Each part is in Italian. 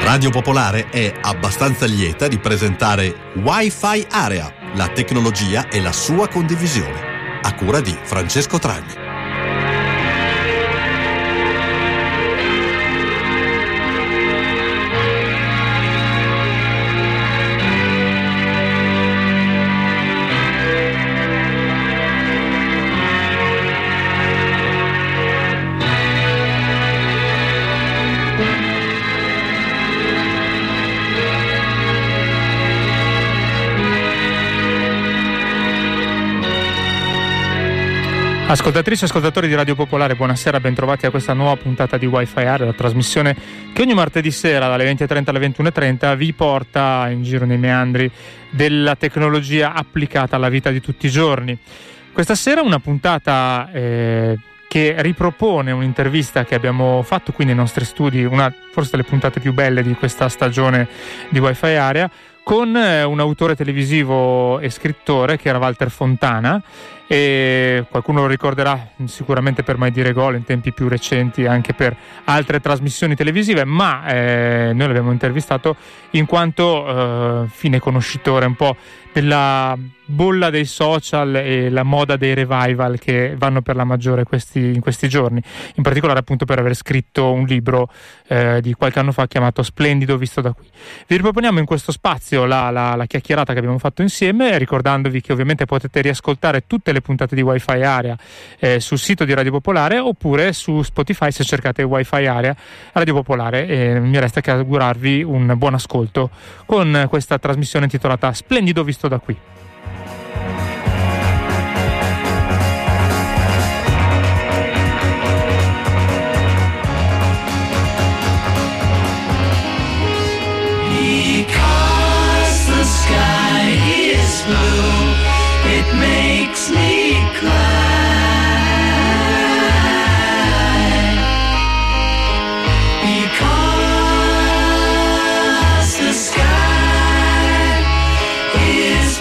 Radio Popolare è abbastanza lieta di presentare Wi-Fi Area, la tecnologia e la sua condivisione, a cura di Francesco Tragni. Ascoltatrici e ascoltatori di Radio Popolare, buonasera, bentrovati a questa nuova puntata di Wi-Fi Area, la trasmissione che ogni martedì sera dalle 20.30 alle 21.30 vi porta in giro nei meandri della tecnologia applicata alla vita di tutti i giorni. Questa sera una puntata che ripropone un'intervista che abbiamo fatto qui nei nostri studi, una forse delle puntate più belle di questa stagione di Wi-Fi Area, con un autore televisivo e scrittore che era Walter Fontana, e qualcuno lo ricorderà sicuramente per Mai Dire Gol in tempi più recenti, anche per altre trasmissioni televisive, ma noi l'abbiamo intervistato in quanto fine conoscitore un po' della bolla dei social e la moda dei revival che vanno per la maggiore in questi giorni, in particolare appunto per aver scritto un libro di qualche anno fa chiamato Splendido visto da qui. Vi riproponiamo in questo spazio la chiacchierata che abbiamo fatto insieme, ricordandovi che ovviamente potete riascoltare tutte le puntate di Wi-Fi Area sul sito di Radio Popolare oppure su Spotify se cercate Wi-Fi Area Radio Popolare, e mi resta che augurarvi un buon ascolto con questa trasmissione intitolata Splendido visto da qui. Because the sky is blue, it makes me cry. Because the sky is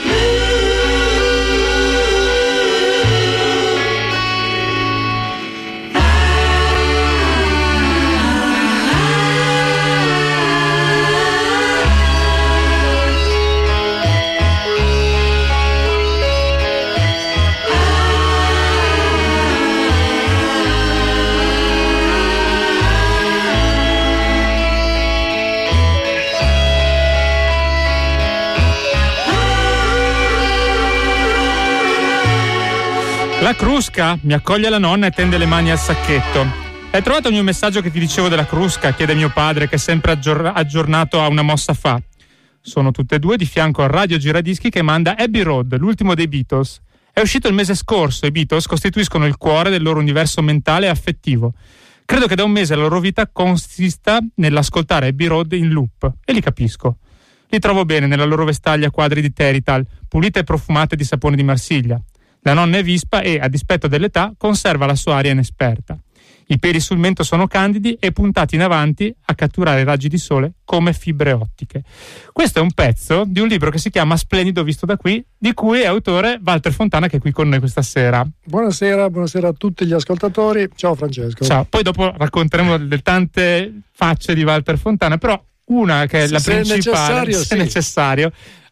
La Crusca, mi accoglie la nonna e tende le mani al sacchetto. Hai trovato il mio messaggio che ti dicevo della Crusca? Chiede mio padre, che è sempre aggiornato a una mossa fa. Sono tutte e due di fianco al radio giradischi che manda Abbey Road, l'ultimo dei Beatles. È uscito il mese scorso e i Beatles costituiscono il cuore del loro universo mentale e affettivo. Credo che da un mese la loro vita consista nell'ascoltare Abbey Road in loop, e li capisco. Li trovo bene nella loro vestaglia quadri di Terital, pulite e profumate di sapone di Marsiglia. La nonna è vispa e, a dispetto dell'età, conserva la sua aria inesperta. I peli sul mento sono candidi e puntati in avanti a catturare i raggi di sole come fibre ottiche. Questo è un pezzo di un libro che si chiama Splendido visto da qui, di cui è autore Walter Fontana, che è qui con noi questa sera. Buonasera a tutti gli ascoltatori. Ciao Francesco. Ciao. Poi dopo racconteremo le tante facce di Walter Fontana, però una che è la principale, se necessario,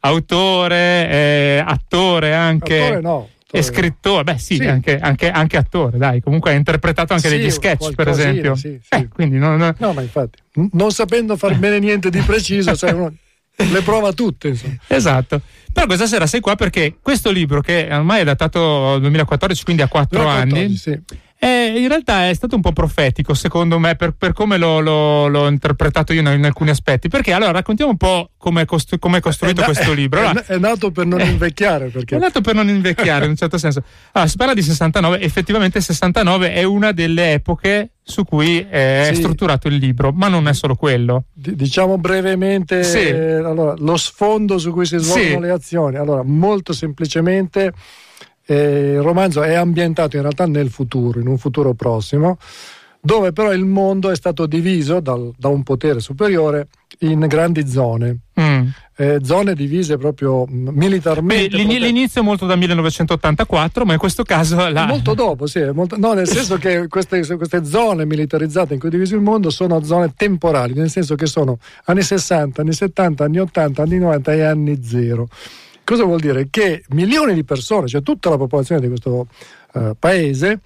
autore, attore anche. Attore no. E scrittore, sì. anche attore, dai, comunque ha interpretato anche degli sketch, per esempio. Sì. Quindi no, ma infatti, non sapendo far bene niente di preciso, cioè uno le prova tutte, insomma. Esatto. Però questa sera sei qua perché questo libro, che ormai è datato 2014, quindi ha 4 anni, sì. In realtà è stato un po' profetico, secondo me, per come l'ho interpretato io in alcuni aspetti. Perché allora raccontiamo un po' come è costruito questo libro. Allora, è nato per non invecchiare. Perché... È nato per non invecchiare, in un certo senso. Allora, si parla di 69, effettivamente 69 è una delle epoche su cui è strutturato il libro, ma non è solo quello. Diciamo brevemente allora, lo sfondo su cui si svolgono le azioni. Allora, molto semplicemente, il romanzo è ambientato in realtà nel futuro, in un futuro prossimo, dove però il mondo è stato diviso da un potere superiore in grandi zone. Zone divise proprio militarmente. L'inizio è molto da 1984, ma in questo caso molto dopo, sì, nel senso che queste zone militarizzate in cui è diviso il mondo sono zone temporali, nel senso che sono anni 60, anni 70, anni 80, anni 90 e anni zero. Cosa vuol dire? Che milioni di persone, cioè tutta la popolazione di questo paese,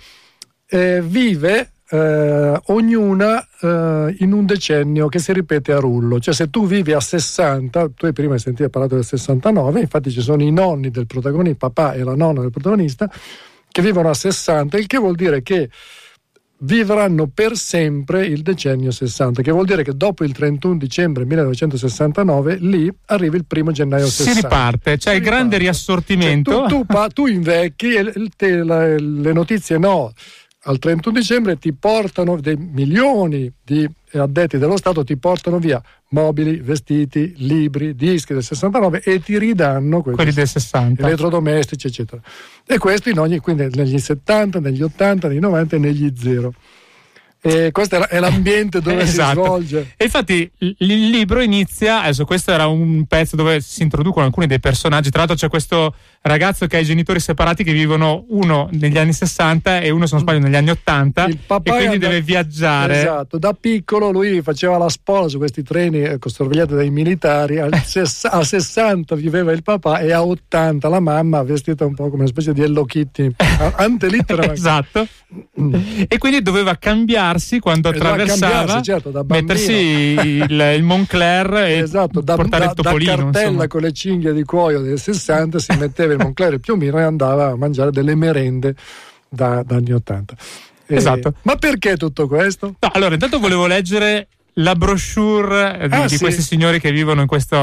vive ognuna in un decennio che si ripete a rullo. Cioè, se tu vivi a 60, tu prima hai sentito parlare del 69, infatti ci sono i nonni del protagonista, il papà e la nonna del protagonista, che vivono a 60, il che vuol dire che vivranno per sempre il decennio 60, che vuol dire che dopo il 31 dicembre 1969 lì arriva il 1 gennaio 60. Si riparte, c'è il grande riassortimento. Cioè, tu invecchi e le notizie no. Al 31 dicembre ti portano, dei milioni di addetti dello Stato ti portano via mobili, vestiti, libri, dischi del 69 e ti ridanno quelli del 60, elettrodomestici eccetera, e questi quindi negli 70, negli 80, negli 90 e negli zero. E questo è l'ambiente dove si svolge. E infatti il libro inizia, adesso questo era un pezzo dove si introducono alcuni dei personaggi, tra l'altro c'è questo ragazzo che ha i genitori separati che vivono, uno negli anni 60 e uno, se non sbaglio, negli anni 80, e quindi deve viaggiare. Esatto, da piccolo lui faceva la spola su questi treni sorvegliati dai militari, a 60 viveva il papà e a 80 la mamma, vestita un po' come una specie di Hello Kitty antelitteram. Esatto. E quindi doveva cambiarsi quando attraversava, certo, da mettersi il Moncler e portare il topolino, da cartella, insomma, con le cinghie di cuoio del 60 si metteva il Moncler e il piumino e andava a mangiare delle merende da anni 80. Esatto. Ma perché tutto questo? No, allora, intanto volevo leggere la brochure di questi signori che vivono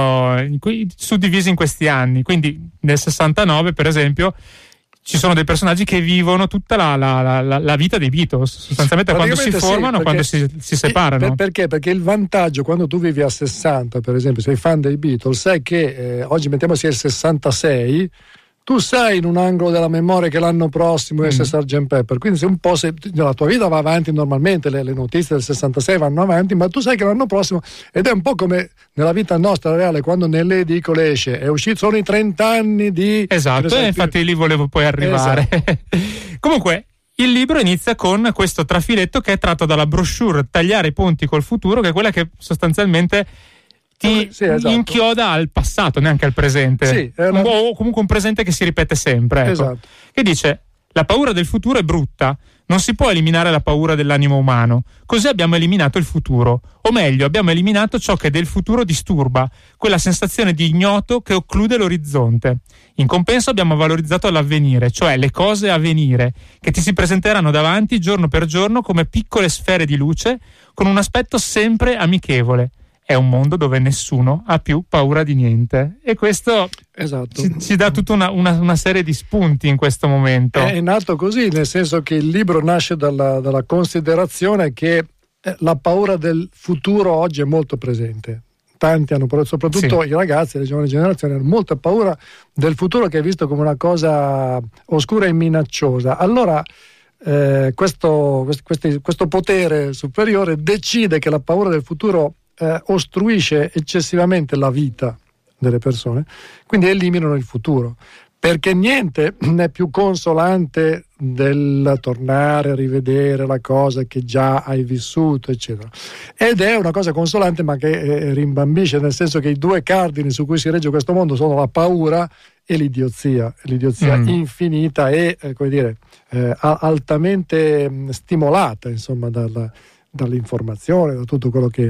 suddivisi in questi anni. Quindi nel 69, per esempio, ci sono dei personaggi che vivono tutta la vita dei Beatles, sostanzialmente quando si formano, quando si separano. Perché? Perché il vantaggio quando tu vivi a 60, per esempio, sei fan dei Beatles, sai che oggi mettiamo sia il 66, tu sai in un angolo della memoria che l'anno prossimo è Sgt. Pepper, quindi se la tua vita va avanti normalmente, le notizie del 66 vanno avanti, ma tu sai che l'anno prossimo, ed è un po' come nella vita nostra reale, quando nelle edicole esce, è uscito, sono i 30 anni di... Esatto, e infatti lì volevo poi arrivare. Esatto. Comunque, il libro inizia con questo trafiletto che è tratto dalla brochure Tagliare i ponti col futuro, che è quella che sostanzialmente ti inchioda al passato, neanche al presente, o comunque un presente che si ripete sempre, ecco. Esatto. Che dice: la paura del futuro è brutta, non si può eliminare la paura dell'animo umano, così abbiamo eliminato il futuro, o meglio abbiamo eliminato ciò che del futuro disturba, quella sensazione di ignoto che occlude l'orizzonte. In compenso abbiamo valorizzato l'avvenire, cioè le cose a venire, che ti si presenteranno davanti giorno per giorno come piccole sfere di luce con un aspetto sempre amichevole. È un mondo dove nessuno ha più paura di niente, e questo ci dà tutta una serie di spunti in questo momento. È nato così, nel senso che il libro nasce dalla considerazione che la paura del futuro oggi è molto presente. Tanti hanno paura, soprattutto i ragazzi, le giovani generazioni hanno molta paura del futuro, che è visto come una cosa oscura e minacciosa. Allora questo potere superiore decide che la paura del futuro ostruisce eccessivamente la vita delle persone, quindi eliminano il futuro, perché niente è più consolante del tornare a rivedere la cosa che già hai vissuto, eccetera. Ed è una cosa consolante, ma che rimbambisce, nel senso che i due cardini su cui si regge questo mondo sono la paura e l'idiozia infinita e altamente stimolata, insomma, dall'informazione, da tutto quello che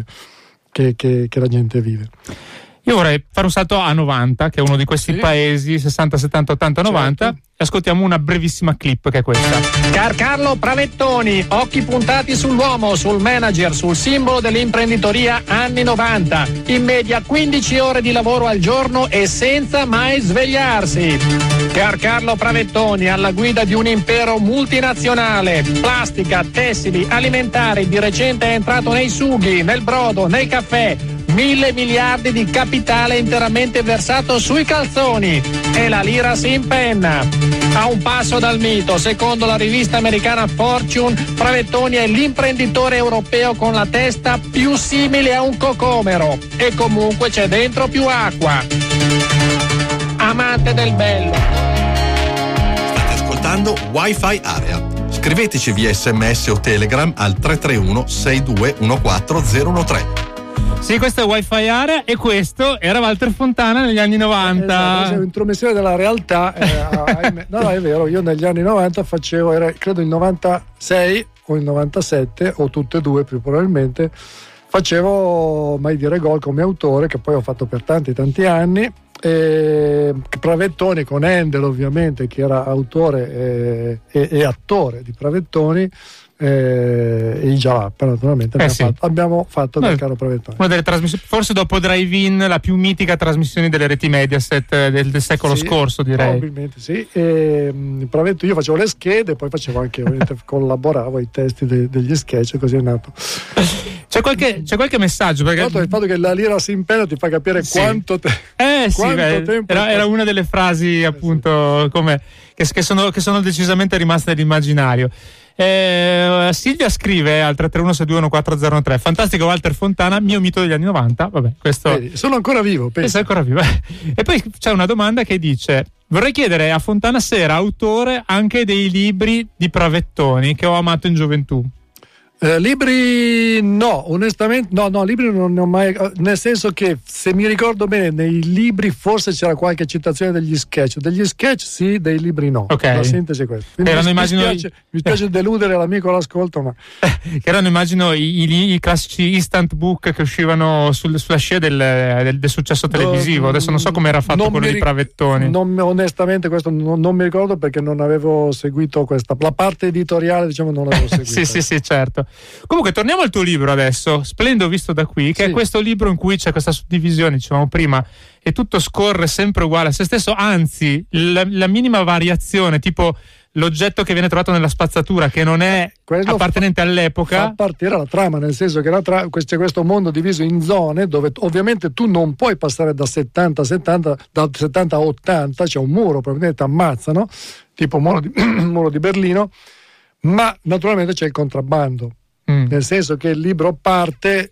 la gente vive. Io vorrei fare un salto a 90, che è uno di questi paesi 60, 70, 80, 90, certo. E ascoltiamo una brevissima clip che è questa. Carlo Pravettoni, occhi puntati sull'uomo, sul manager, sul simbolo dell'imprenditoria anni 90. In media 15 ore di lavoro al giorno e senza mai svegliarsi. Carlo Pravettoni alla guida di un impero multinazionale, plastica, tessili, alimentari, di recente è entrato nei sughi, nel brodo, nei caffè. 1.000 miliardi di capitale interamente versato sui calzoni e la lira si impenna. A un passo dal mito, secondo la rivista americana Fortune, Pravettoni è l'imprenditore europeo con la testa più simile a un cocomero e comunque c'è dentro più acqua. Amante del bello. State ascoltando Wi-Fi Area. Scriveteci via SMS o Telegram al 331 6214013. Sì, questo è Wi-Fi Area e questo era Walter Fontana negli anni 90. Esatto, intromissione della realtà. No, è vero, io negli anni 90 facevo, era credo il 96 o il 97 o tutte e due più probabilmente, facevo Mai dire gol come autore, che poi ho fatto per tanti anni. Pravettoni con Endel ovviamente, che era autore e attore di Pravettoni, e già naturalmente abbiamo fatto del caro Pravettoni una delle trasmissioni, forse dopo Drive-In, la più mitica trasmissione delle reti Mediaset del secolo scorso, direi. Probabilmente sì. Pravettoni, io facevo le schede, poi facevo anche collaboravo ai testi degli sketch, così è nato. C'è qualche messaggio? Perché il fatto che la lira si impenna ti fa capire quanto tempo era una delle frasi appunto come che sono decisamente rimaste nell'immaginario. Silvia scrive al 331-621-403: fantastico Walter Fontana, mio mito degli anni 90. Vabbè, questo vedi, sono ancora vivo, penso. Ancora vivo. E poi c'è una domanda che dice: vorrei chiedere a Fontana se era autore anche dei libri di Pravettoni che ho amato in gioventù. Libri no, onestamente no, libri non ne ho mai, nel senso che se mi ricordo bene nei libri forse c'era qualche citazione degli sketch sì, dei libri no. Okay. La sintesi è questa. Mi spiace deludere l'amico all'ascolto, ma che erano, immagino, i classici instant book che uscivano sulla scia del successo televisivo. Adesso non so come era fatto quello di Pravettoni. Onestamente questo non mi ricordo, perché non avevo seguito la parte editoriale, diciamo, non l'avevo seguita. sì, certo. Comunque torniamo al tuo libro adesso, Splendo visto da qui, che è questo libro in cui c'è questa suddivisione, dicevamo prima, e tutto scorre sempre uguale a se stesso, anzi la minima variazione, tipo l'oggetto che viene trovato nella spazzatura, che non è appartenente all'epoca, fa partire la trama, nel senso che c'è questo mondo diviso in zone dove ovviamente tu non puoi passare da 70 a 80, c'è un muro, probabilmente ti ammazzano, tipo muro di Berlino. Ma naturalmente c'è il contrabbando, nel senso che il libro parte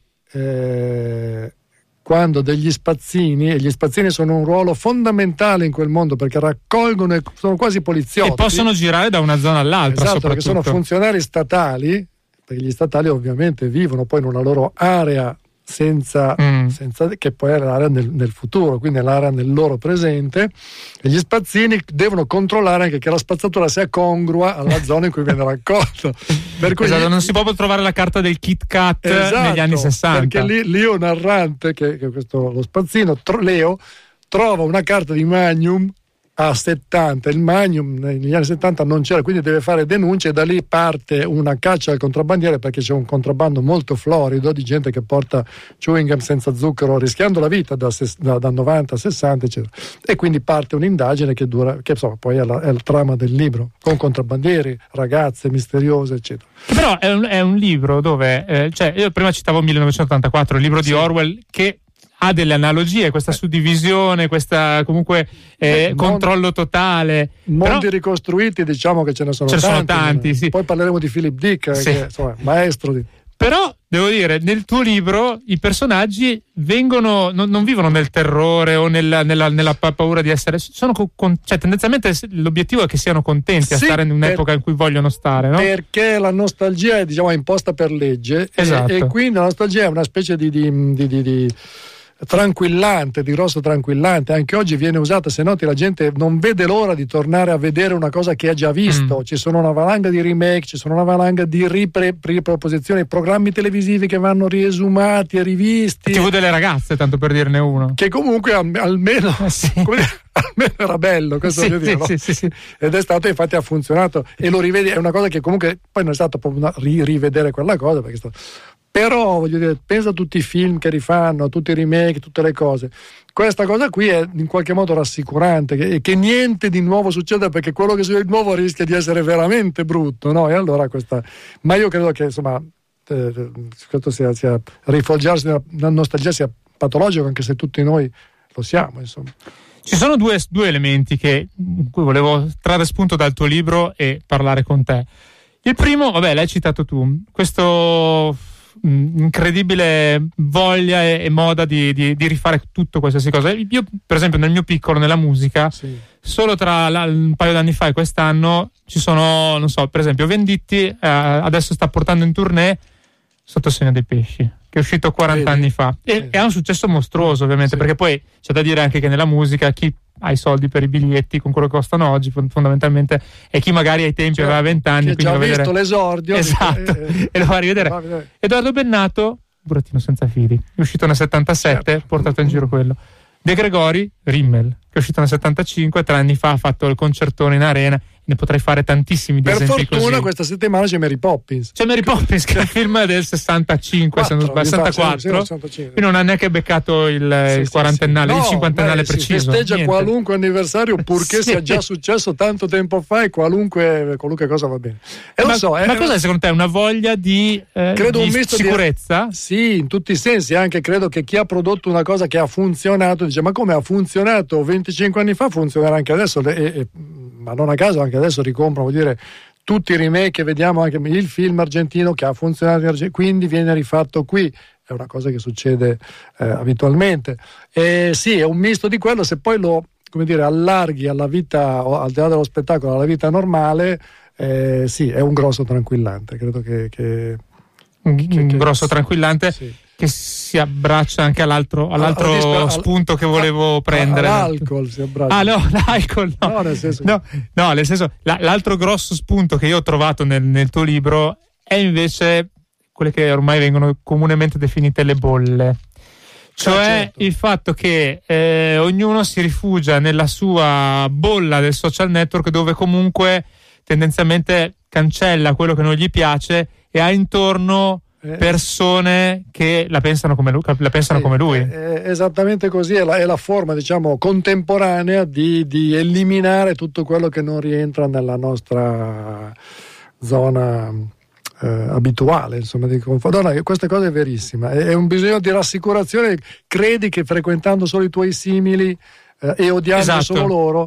quando degli spazzini, e gli spazzini sono un ruolo fondamentale in quel mondo, perché raccolgono, sono quasi poliziotti e possono girare da una zona all'altra. Esatto, perché sono funzionari statali, perché gli statali ovviamente vivono poi in una loro area senza che poi è l'area nel futuro, quindi è l'area nel loro presente, e gli spazzini devono controllare anche che la spazzatura sia congrua alla zona in cui viene raccolta. Per cui non si può trovare la carta del Kit Kat negli anni 60, perché lì un narrante, che questo lo spazzino Leo, trova una carta di Magnum a 70, il Magnum negli anni 70 non c'era, quindi deve fare denunce, e da lì parte una caccia al contrabbandiere, perché c'è un contrabbando molto florido di gente che porta chewing gum senza zucchero, rischiando la vita da 90 a 60 eccetera, e quindi parte un'indagine che dura, che insomma poi è il trama del libro, con contrabbandieri, ragazze misteriose eccetera. Che però è un libro dove io prima citavo 1984, il libro di Orwell, che ha delle analogie, questa suddivisione, questa comunque controllo totale. Mondi ricostruiti, diciamo che ce ne sono tanti. Sì. Poi parleremo di Philip Dick, che insomma, maestro di... Però devo dire, nel tuo libro i personaggi non vivono nel terrore o nella paura di essere, cioè tendenzialmente l'obiettivo è che siano contenti a stare in un'epoca in cui vogliono stare, no? Perché la nostalgia è, diciamo, imposta per legge, esatto. e quindi la nostalgia è una specie di tranquillante, di grosso tranquillante. Anche oggi viene usata, se noti la gente non vede l'ora di tornare a vedere una cosa che ha già visto. Ci sono una valanga di remake, ci sono una valanga di riproposizioni, programmi televisivi che vanno riesumati e rivisti, TV delle ragazze, tanto per dirne uno, che comunque almeno almeno era bello, questo voglio dire, no? Sì. Ed è stato, infatti ha funzionato, e lo rivedi, è una cosa che comunque poi non è stato proprio rivedere quella cosa, perché però voglio dire, pensa a tutti i film che rifanno, a tutti i remake, tutte le cose. Questa cosa qui è in qualche modo rassicurante, che niente di nuovo succeda, perché quello che succede di nuovo rischia di essere veramente brutto, no? E allora ma io credo che insomma questo sia rifoggiarsi nella nostalgia sia patologico, anche se tutti noi lo siamo, insomma. Ci sono due elementi in cui volevo trarre spunto dal tuo libro e parlare con te. Il primo, l'hai citato tu, questo incredibile voglia e moda di rifare tutto, qualsiasi cosa. Io, per esempio, nel mio piccolo, nella musica, sì, solo tra un paio d'anni fa e quest'anno ci sono, non so, per esempio Venditti adesso sta portando in tournée Sotto il segno dei pesci, che è uscito 40 anni fa e ha un successo mostruoso, ovviamente, perché poi c'è da dire anche che nella musica chi ha i soldi per i biglietti con quello che costano oggi fondamentalmente è chi magari ai tempi aveva 20 anni, che già ha visto l'esordio, esatto, e lo va a rivedere. Edoardo Bennato, Burattino senza fili, è uscito nel 77, portato in giro quello. De Gregori, Rimmel, che è uscito nel 75, 3 anni fa ha fatto il concertone in arena. Ne potrei fare tantissimi di esempi così. Per fortuna questa settimana c'è Mary Poppins. C'è Mary Poppins, che è il film del 65, se non sbaglio, 64. Quindi non ha neanche beccato il quarantennale, il cinquantennale preciso. Si festeggia qualunque anniversario, purché sia già successo tanto tempo fa, e qualunque cosa va bene. Ma cos'è secondo te? Una voglia di un misto sicurezza? Sì, in tutti i sensi. Anche credo che chi ha prodotto una cosa che ha funzionato dice: ma come ha funzionato 25 anni fa, funzionerà anche adesso. Ma non a caso anche adesso ricomprano, vuol dire, tutti i remake che vediamo, anche il film argentino che ha funzionato in Argentina, quindi viene rifatto qui. È una cosa che succede abitualmente. Sì, è un misto di quello. Se poi lo, allarghi alla vita, al di là dello spettacolo, alla vita normale, sì, è un grosso tranquillante. Credo che un grosso tranquillante. Sì. Che si abbraccia anche all'altro spunto che volevo prendere. L'alcol si abbraccia. L'alcol no. Nel senso l'altro grosso spunto che io ho trovato nel tuo libro è invece quelle che ormai vengono comunemente definite le bolle. Cioè il fatto che ognuno si rifugia nella sua bolla del social network, dove comunque tendenzialmente cancella quello che non gli piace e ha intorno persone che la pensano come lui. È esattamente così, è la forma, diciamo, contemporanea di eliminare tutto quello che non rientra nella nostra zona abituale, insomma, di conforto. No, questa cosa è verissima, è un bisogno di rassicurazione. Credi che frequentando solo i tuoi simili e odiando solo loro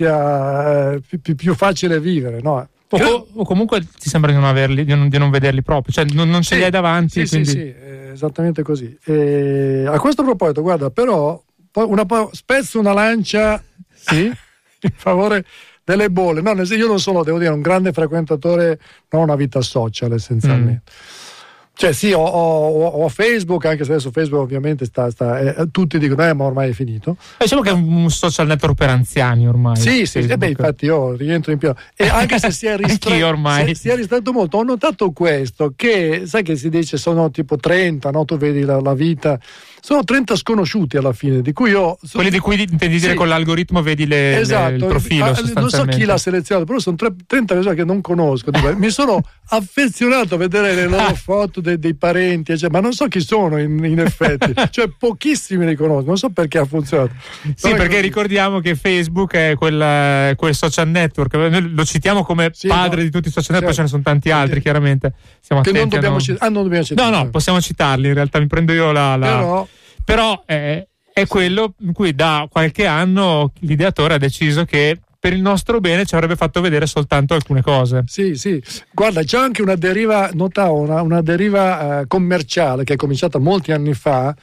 sia più facile vivere, no? O comunque ti sembra di non averli, di non vederli proprio, cioè non ce li hai davanti. Sì, esattamente così. A questo proposito, guarda, però spezzo una lancia in favore delle bolle. No, io non sono, devo dire, un grande frequentatore, non ho una vita social essenzialmente. Cioè sì, ho Facebook, anche se adesso Facebook ovviamente tutti dicono ma ormai è finito. Diciamo che è un social network per anziani ormai. Sì, infatti io rientro in pieno. E anche se si è ristretto molto, ho notato questo, che sai che si dice sono tipo 30, no? Tu vedi la vita, sono 30 sconosciuti alla fine, di cui io... Quelli di cui intendi dire con l'algoritmo vedi il profilo sostanzialmente. Non so chi l'ha selezionato, però sono 30 persone che non conosco. Mi sono affezionato a vedere le loro foto dei parenti, ma non so chi sono in effetti, cioè pochissimi li conosco, non so perché ha funzionato. Sì, perché ricordiamo che Facebook è quel social network, noi lo citiamo come padre di tutti i social network, ce ne sono tanti altri, chiaramente. Siamo che non dobbiamo citare. No, possiamo citarli, in realtà mi prendo io Però è quello in cui da qualche anno l'ideatore ha deciso che per il nostro bene ci avrebbe fatto vedere soltanto alcune cose. Sì. Guarda, c'è anche una deriva, una deriva commerciale che è cominciata molti anni fa,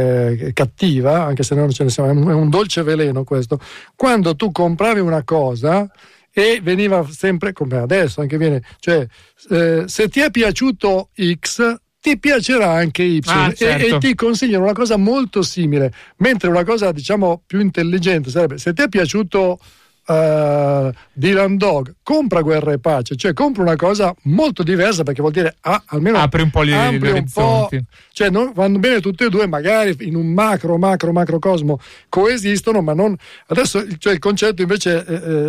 cattiva, anche se noi non ce ne siamo, è un dolce veleno questo. Quando tu compravi una cosa e veniva sempre, come adesso anche viene, cioè se ti è piaciuto X, ti piacerà anche Y, e ti consigliano una cosa molto simile, mentre una cosa, diciamo, più intelligente sarebbe: se ti è piaciuto Dylan Dog, compra Guerra e Pace, cioè compra una cosa molto diversa, perché vuol dire almeno apri un po' gli orizzonti, cioè vanno bene tutte e due, magari in un macrocosmo coesistono, ma non adesso. Cioè il concetto invece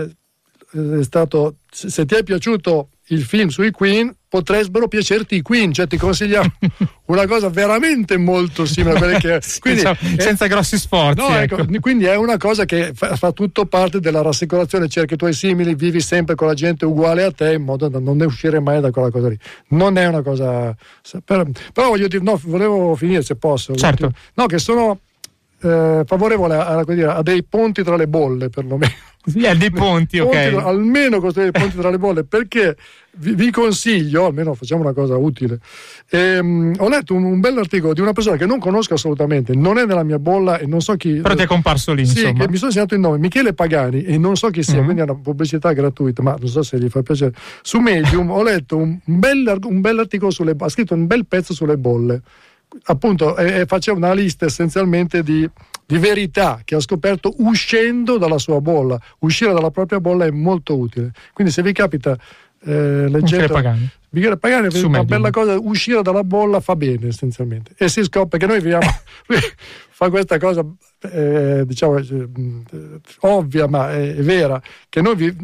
è stato: se ti è piaciuto il film sui Queen, potrebbero piacerti i Queen, cioè ti consigliamo una cosa veramente molto simile a quelle che quindi, senza grossi sforzi. No, ecco, quindi è una cosa che fa tutto parte della rassicurazione, cerchi i tuoi simili, vivi sempre con la gente uguale a te, in modo da non uscire mai da quella cosa lì. Non è una cosa però voglio dire, no, volevo finire, se posso. Certo. No, che sono favorevole a dei ponti tra le bolle, perlomeno. Dei ponti, ok. Almeno costruire dei ponti tra le bolle, perché vi consiglio, almeno facciamo una cosa utile. Ho letto un bell'articolo di una persona che non conosco assolutamente, non è nella mia bolla e non so chi. Però ti è comparso lì, sì, insomma. che mi sono segnato il nome, Michele Pagani, e non so chi sia, quindi è una pubblicità gratuita, ma non so se gli fa piacere. Su Medium ho letto un bell'articolo ha scritto un bel pezzo sulle bolle, appunto, e faceva una lista essenzialmente di verità che ha scoperto uscendo dalla sua bolla. Uscire dalla propria bolla è molto utile, quindi se vi capita leggete Michele Pagani è una bella cosa, uscire dalla bolla fa bene essenzialmente, e si scopre che noi viviamo fa questa cosa diciamo ovvia ma è vera, che noi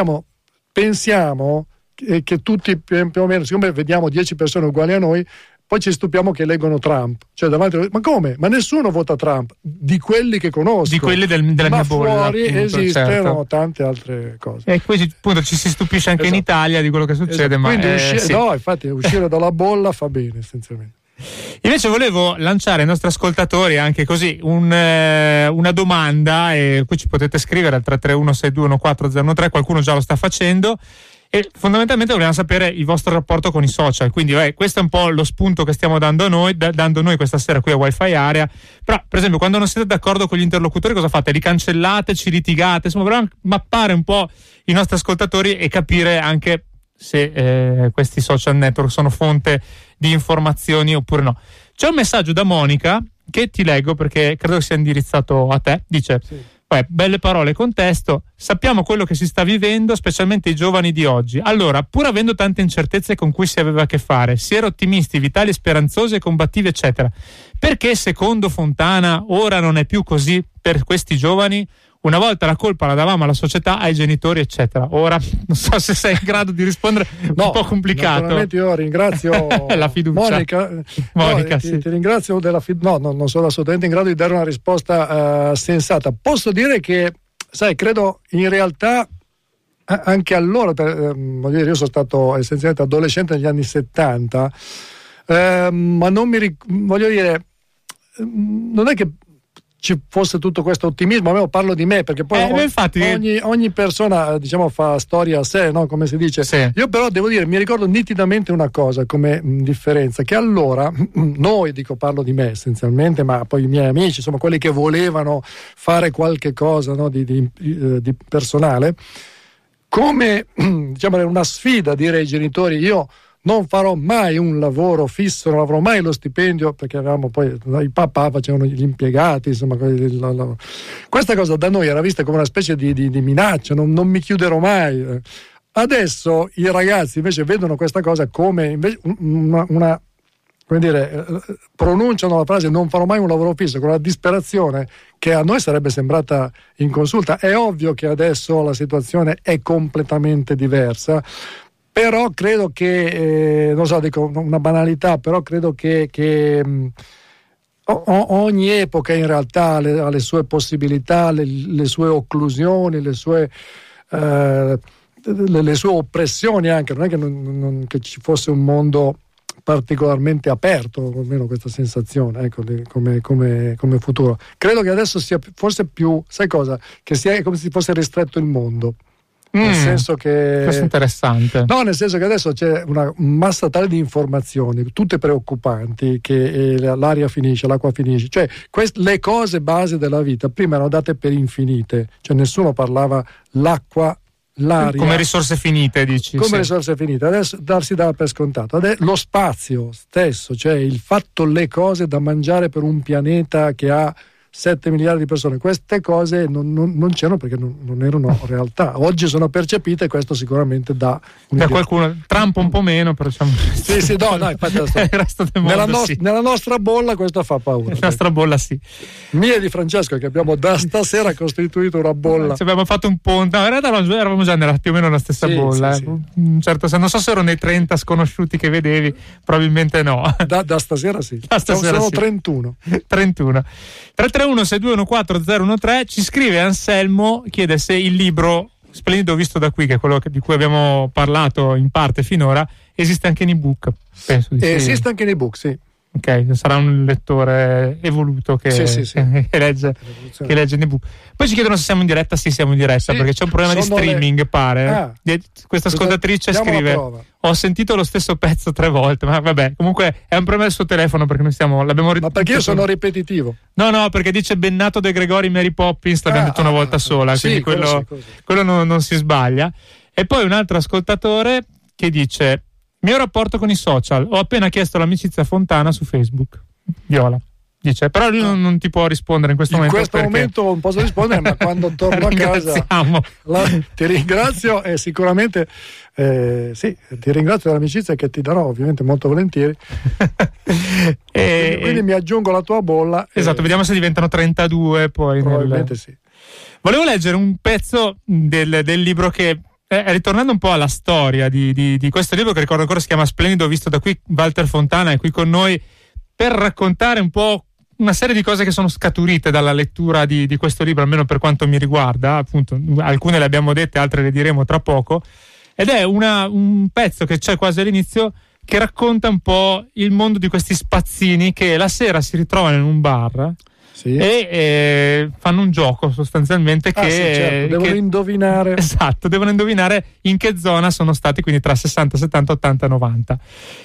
pensiamo che tutti più o meno, siccome vediamo 10 persone uguali a noi, poi ci stupiamo che eleggono Trump, cioè davanti, ma come? Ma nessuno vota Trump, di quelli che conosco, di quelli della mia bolla. Ma fuori appunto, esistono tante altre cose. E poi appunto ci si stupisce anche in Italia di quello che succede. Ma quindi no, infatti uscire dalla bolla fa bene essenzialmente. Invece volevo lanciare ai nostri ascoltatori anche così una domanda, e poi ci potete scrivere al 331-621-4013, qualcuno già lo sta facendo. E fondamentalmente vogliamo sapere il vostro rapporto con i social, quindi questo è un po' lo spunto che stiamo dando noi questa sera qui a Wi-Fi Area. Però per esempio quando non siete d'accordo con gli interlocutori cosa fate? Li cancellate, ci litigate? Insomma, vogliamo mappare un po' i nostri ascoltatori e capire anche se questi social network sono fonte di informazioni oppure no. C'è un messaggio da Monica che ti leggo perché credo sia indirizzato a te. Dice: sì. Belle parole, contesto, sappiamo quello che si sta vivendo, specialmente i giovani di oggi. Allora, pur avendo tante incertezze con cui si aveva a che fare, si era ottimisti, vitali, speranzosi e combattivi, eccetera, perché secondo Fontana ora non è più così per questi giovani? Una volta la colpa la davamo alla società, ai genitori, eccetera. Ora non so se sei in grado di rispondere, un po' complicato. Naturalmente io ringrazio la fiducia. Monica, sì. Ti ringrazio della fiducia. No, non sono assolutamente in grado di dare una risposta sensata. Posso dire che, sai, credo in realtà anche allora, voglio dire, io sono stato essenzialmente adolescente negli anni 70, ma non voglio dire, non è che ci fosse tutto questo ottimismo, almeno parlo di me, perché poi ogni persona diciamo fa storia a sé, no? Come si dice. Sì. Io però devo dire, mi ricordo nitidamente una cosa come differenza, che allora noi, parlo di me essenzialmente, ma poi i miei amici, insomma quelli che volevano fare qualche cosa, no? di personale, come diciamo era una sfida dire ai genitori: io non farò mai un lavoro fisso, non avrò mai lo stipendio, perché avevamo poi i papà facevano gli impiegati, insomma questa cosa da noi era vista come una specie di minaccia, non mi chiuderò mai. Adesso i ragazzi invece vedono questa cosa come invece una come dire, pronunciano la frase non farò mai un lavoro fisso con una disperazione che a noi sarebbe sembrata inconsulta. È ovvio che adesso la situazione è completamente diversa, però credo che, non so, dico una banalità, però credo che ogni epoca in realtà ha le sue possibilità, le sue occlusioni, le sue oppressioni anche. Non è che ci fosse un mondo particolarmente aperto, almeno questa sensazione, ecco, come futuro. Credo che adesso sia forse più, sai cosa? Che sia come se fosse ristretto il mondo. Nel senso che questo è interessante. No, nel senso che adesso c'è una massa tale di informazioni, tutte preoccupanti, che l'aria finisce, l'acqua finisce, cioè le cose base della vita prima erano date per infinite, cioè nessuno parlava l'acqua, l'aria come risorse finite, dici? Come sì. risorse finite, adesso si dava per scontato. Lo spazio stesso, cioè il fatto, le cose da mangiare per un pianeta che ha 7 miliardi di persone, queste cose non c'erano perché non erano realtà. Oggi sono percepite e questo sicuramente dà da qualcuno. Trump un po' meno, però diciamo. Sì, no, infatti nella nostra bolla questo fa paura. Nella nostra bolla sì. Mia e di Francesco, che abbiamo da stasera costituito una bolla. Abbiamo fatto un ponte. No, in realtà eravamo già più o meno nella stessa bolla. Sì. Certo, non so se erano nei 30 sconosciuti che vedevi, probabilmente no. Da stasera sì. Sono sì. 31. 331-621-4013. Ci scrive Anselmo, chiede se il libro Splendido visto da qui, che è quello di cui abbiamo parlato in parte finora, esiste anche in ebook. Penso di sì. Esiste anche in ebook, sì. ok? Sarà un lettore evoluto che, Sì. che legge l'ebook. Poi ci chiedono se siamo in diretta. Sì, siamo in diretta, Sì, perché c'è un problema di streaming, pare. Questa ascoltatrice scrive: ho sentito lo stesso pezzo 3 volte, ma vabbè, comunque è un problema del suo telefono, perché noi l'abbiamo Ma perché io sono ripetitivo? No, perché dice Bennato De Gregori Mary Poppins, l'abbiamo detto una volta sola, quindi quello non si sbaglia. E poi un altro ascoltatore che dice: mio rapporto con i social, ho appena chiesto l'amicizia a Fontana su Facebook. Viola dice, però lui non ti può rispondere in questo momento. In questo momento non posso rispondere, ma quando torno a casa ti ringrazio e sicuramente ti ringrazio dell'amicizia che ti darò ovviamente molto volentieri. Quindi mi aggiungo alla tua bolla. Esatto, vediamo se diventano 32 poi. Probabilmente sì. Volevo leggere un pezzo del libro che ritornando un po' alla storia di questo libro, che ricordo ancora si chiama Splendido visto da qui. Walter Fontana è qui con noi per raccontare un po' una serie di cose che sono scaturite dalla lettura di questo libro, almeno per quanto mi riguarda. Appunto, alcune le abbiamo dette, altre le diremo tra poco, ed è un pezzo che c'è quasi all'inizio che racconta un po' il mondo di questi spazzini che la sera si ritrovano in un bar. Sì. E fanno un gioco sostanzialmente devono indovinare. Esatto, devono indovinare in che zona sono stati, quindi tra 60, 70, 80, 90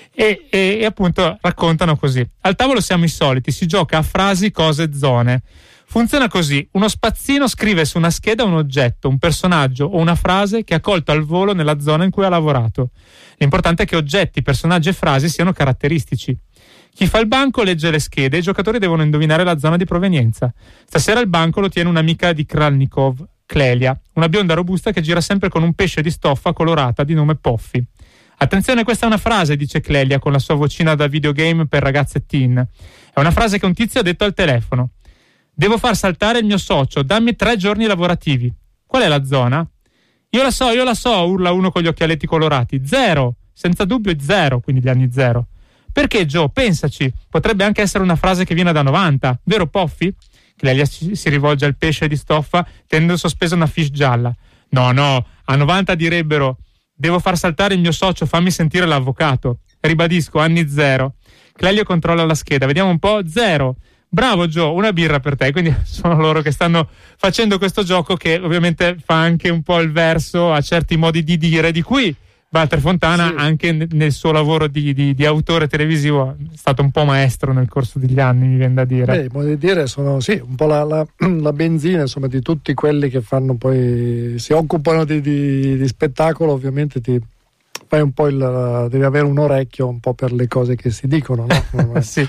e appunto raccontano così: al tavolo siamo i soliti, si gioca a frasi, cose, zone. Funziona così: uno spazzino scrive su una scheda un oggetto, un personaggio o una frase che ha colto al volo nella zona in cui ha lavorato. L'importante è che oggetti, personaggi e frasi siano caratteristici. Chi fa il banco legge le schede e i giocatori devono indovinare la zona di provenienza. Stasera il banco lo tiene un'amica di Kralnikov, Clelia, una bionda robusta che gira sempre con un pesce di stoffa colorata di nome Poffy. Attenzione, questa è una frase, dice Clelia con la sua vocina da videogame per ragazze e teen. È una frase che un tizio ha detto al telefono. Devo far saltare il mio socio, dammi 3 giorni lavorativi. Qual è la zona? Io la so, urla uno con gli occhialetti colorati. 0, senza dubbio 0, quindi gli anni 0. Perché, Joe? Pensaci, potrebbe anche essere una frase che viene da 90, vero Poffy? Clelia si rivolge al pesce di stoffa tenendo sospesa una fiche gialla. No, a 90 direbbero: devo far saltare il mio socio, fammi sentire l'avvocato. Ribadisco, anni 0. Clelia controlla la scheda, vediamo un po'. 0. Bravo Joe, una birra per te. Quindi sono loro che stanno facendo questo gioco, che ovviamente fa anche un po' il verso a certi modi di dire, di cui Walter Fontana anche nel suo lavoro di autore televisivo è stato un po' maestro nel corso degli anni, mi viene da dire. Modo di dire, sono un po' la benzina, insomma, di tutti quelli che fanno poi si occupano di spettacolo. Ovviamente ti fai un po' devi avere un orecchio un po' per le cose che si dicono, no? sì,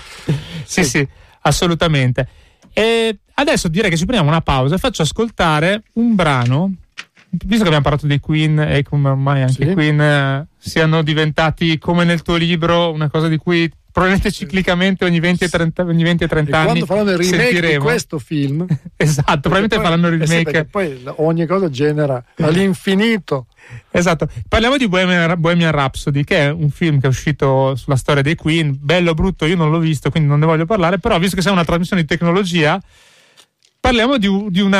assolutamente. E adesso direi che ci prendiamo una pausa e faccio ascoltare un brano, visto che abbiamo parlato dei Queen e come ormai anche i Queen siano diventati, come nel tuo libro, una cosa di cui probabilmente ciclicamente ogni 20 e 30 anni quando faranno il remake sentiremo di questo film esatto, probabilmente faranno il remake, poi ogni cosa genera all'infinito. Esatto, parliamo di Bohemian Rhapsody, che è un film che è uscito sulla storia dei Queen, bello o brutto io non l'ho visto, quindi non ne voglio parlare, però visto che siamo una trasmissione di tecnologia parliamo di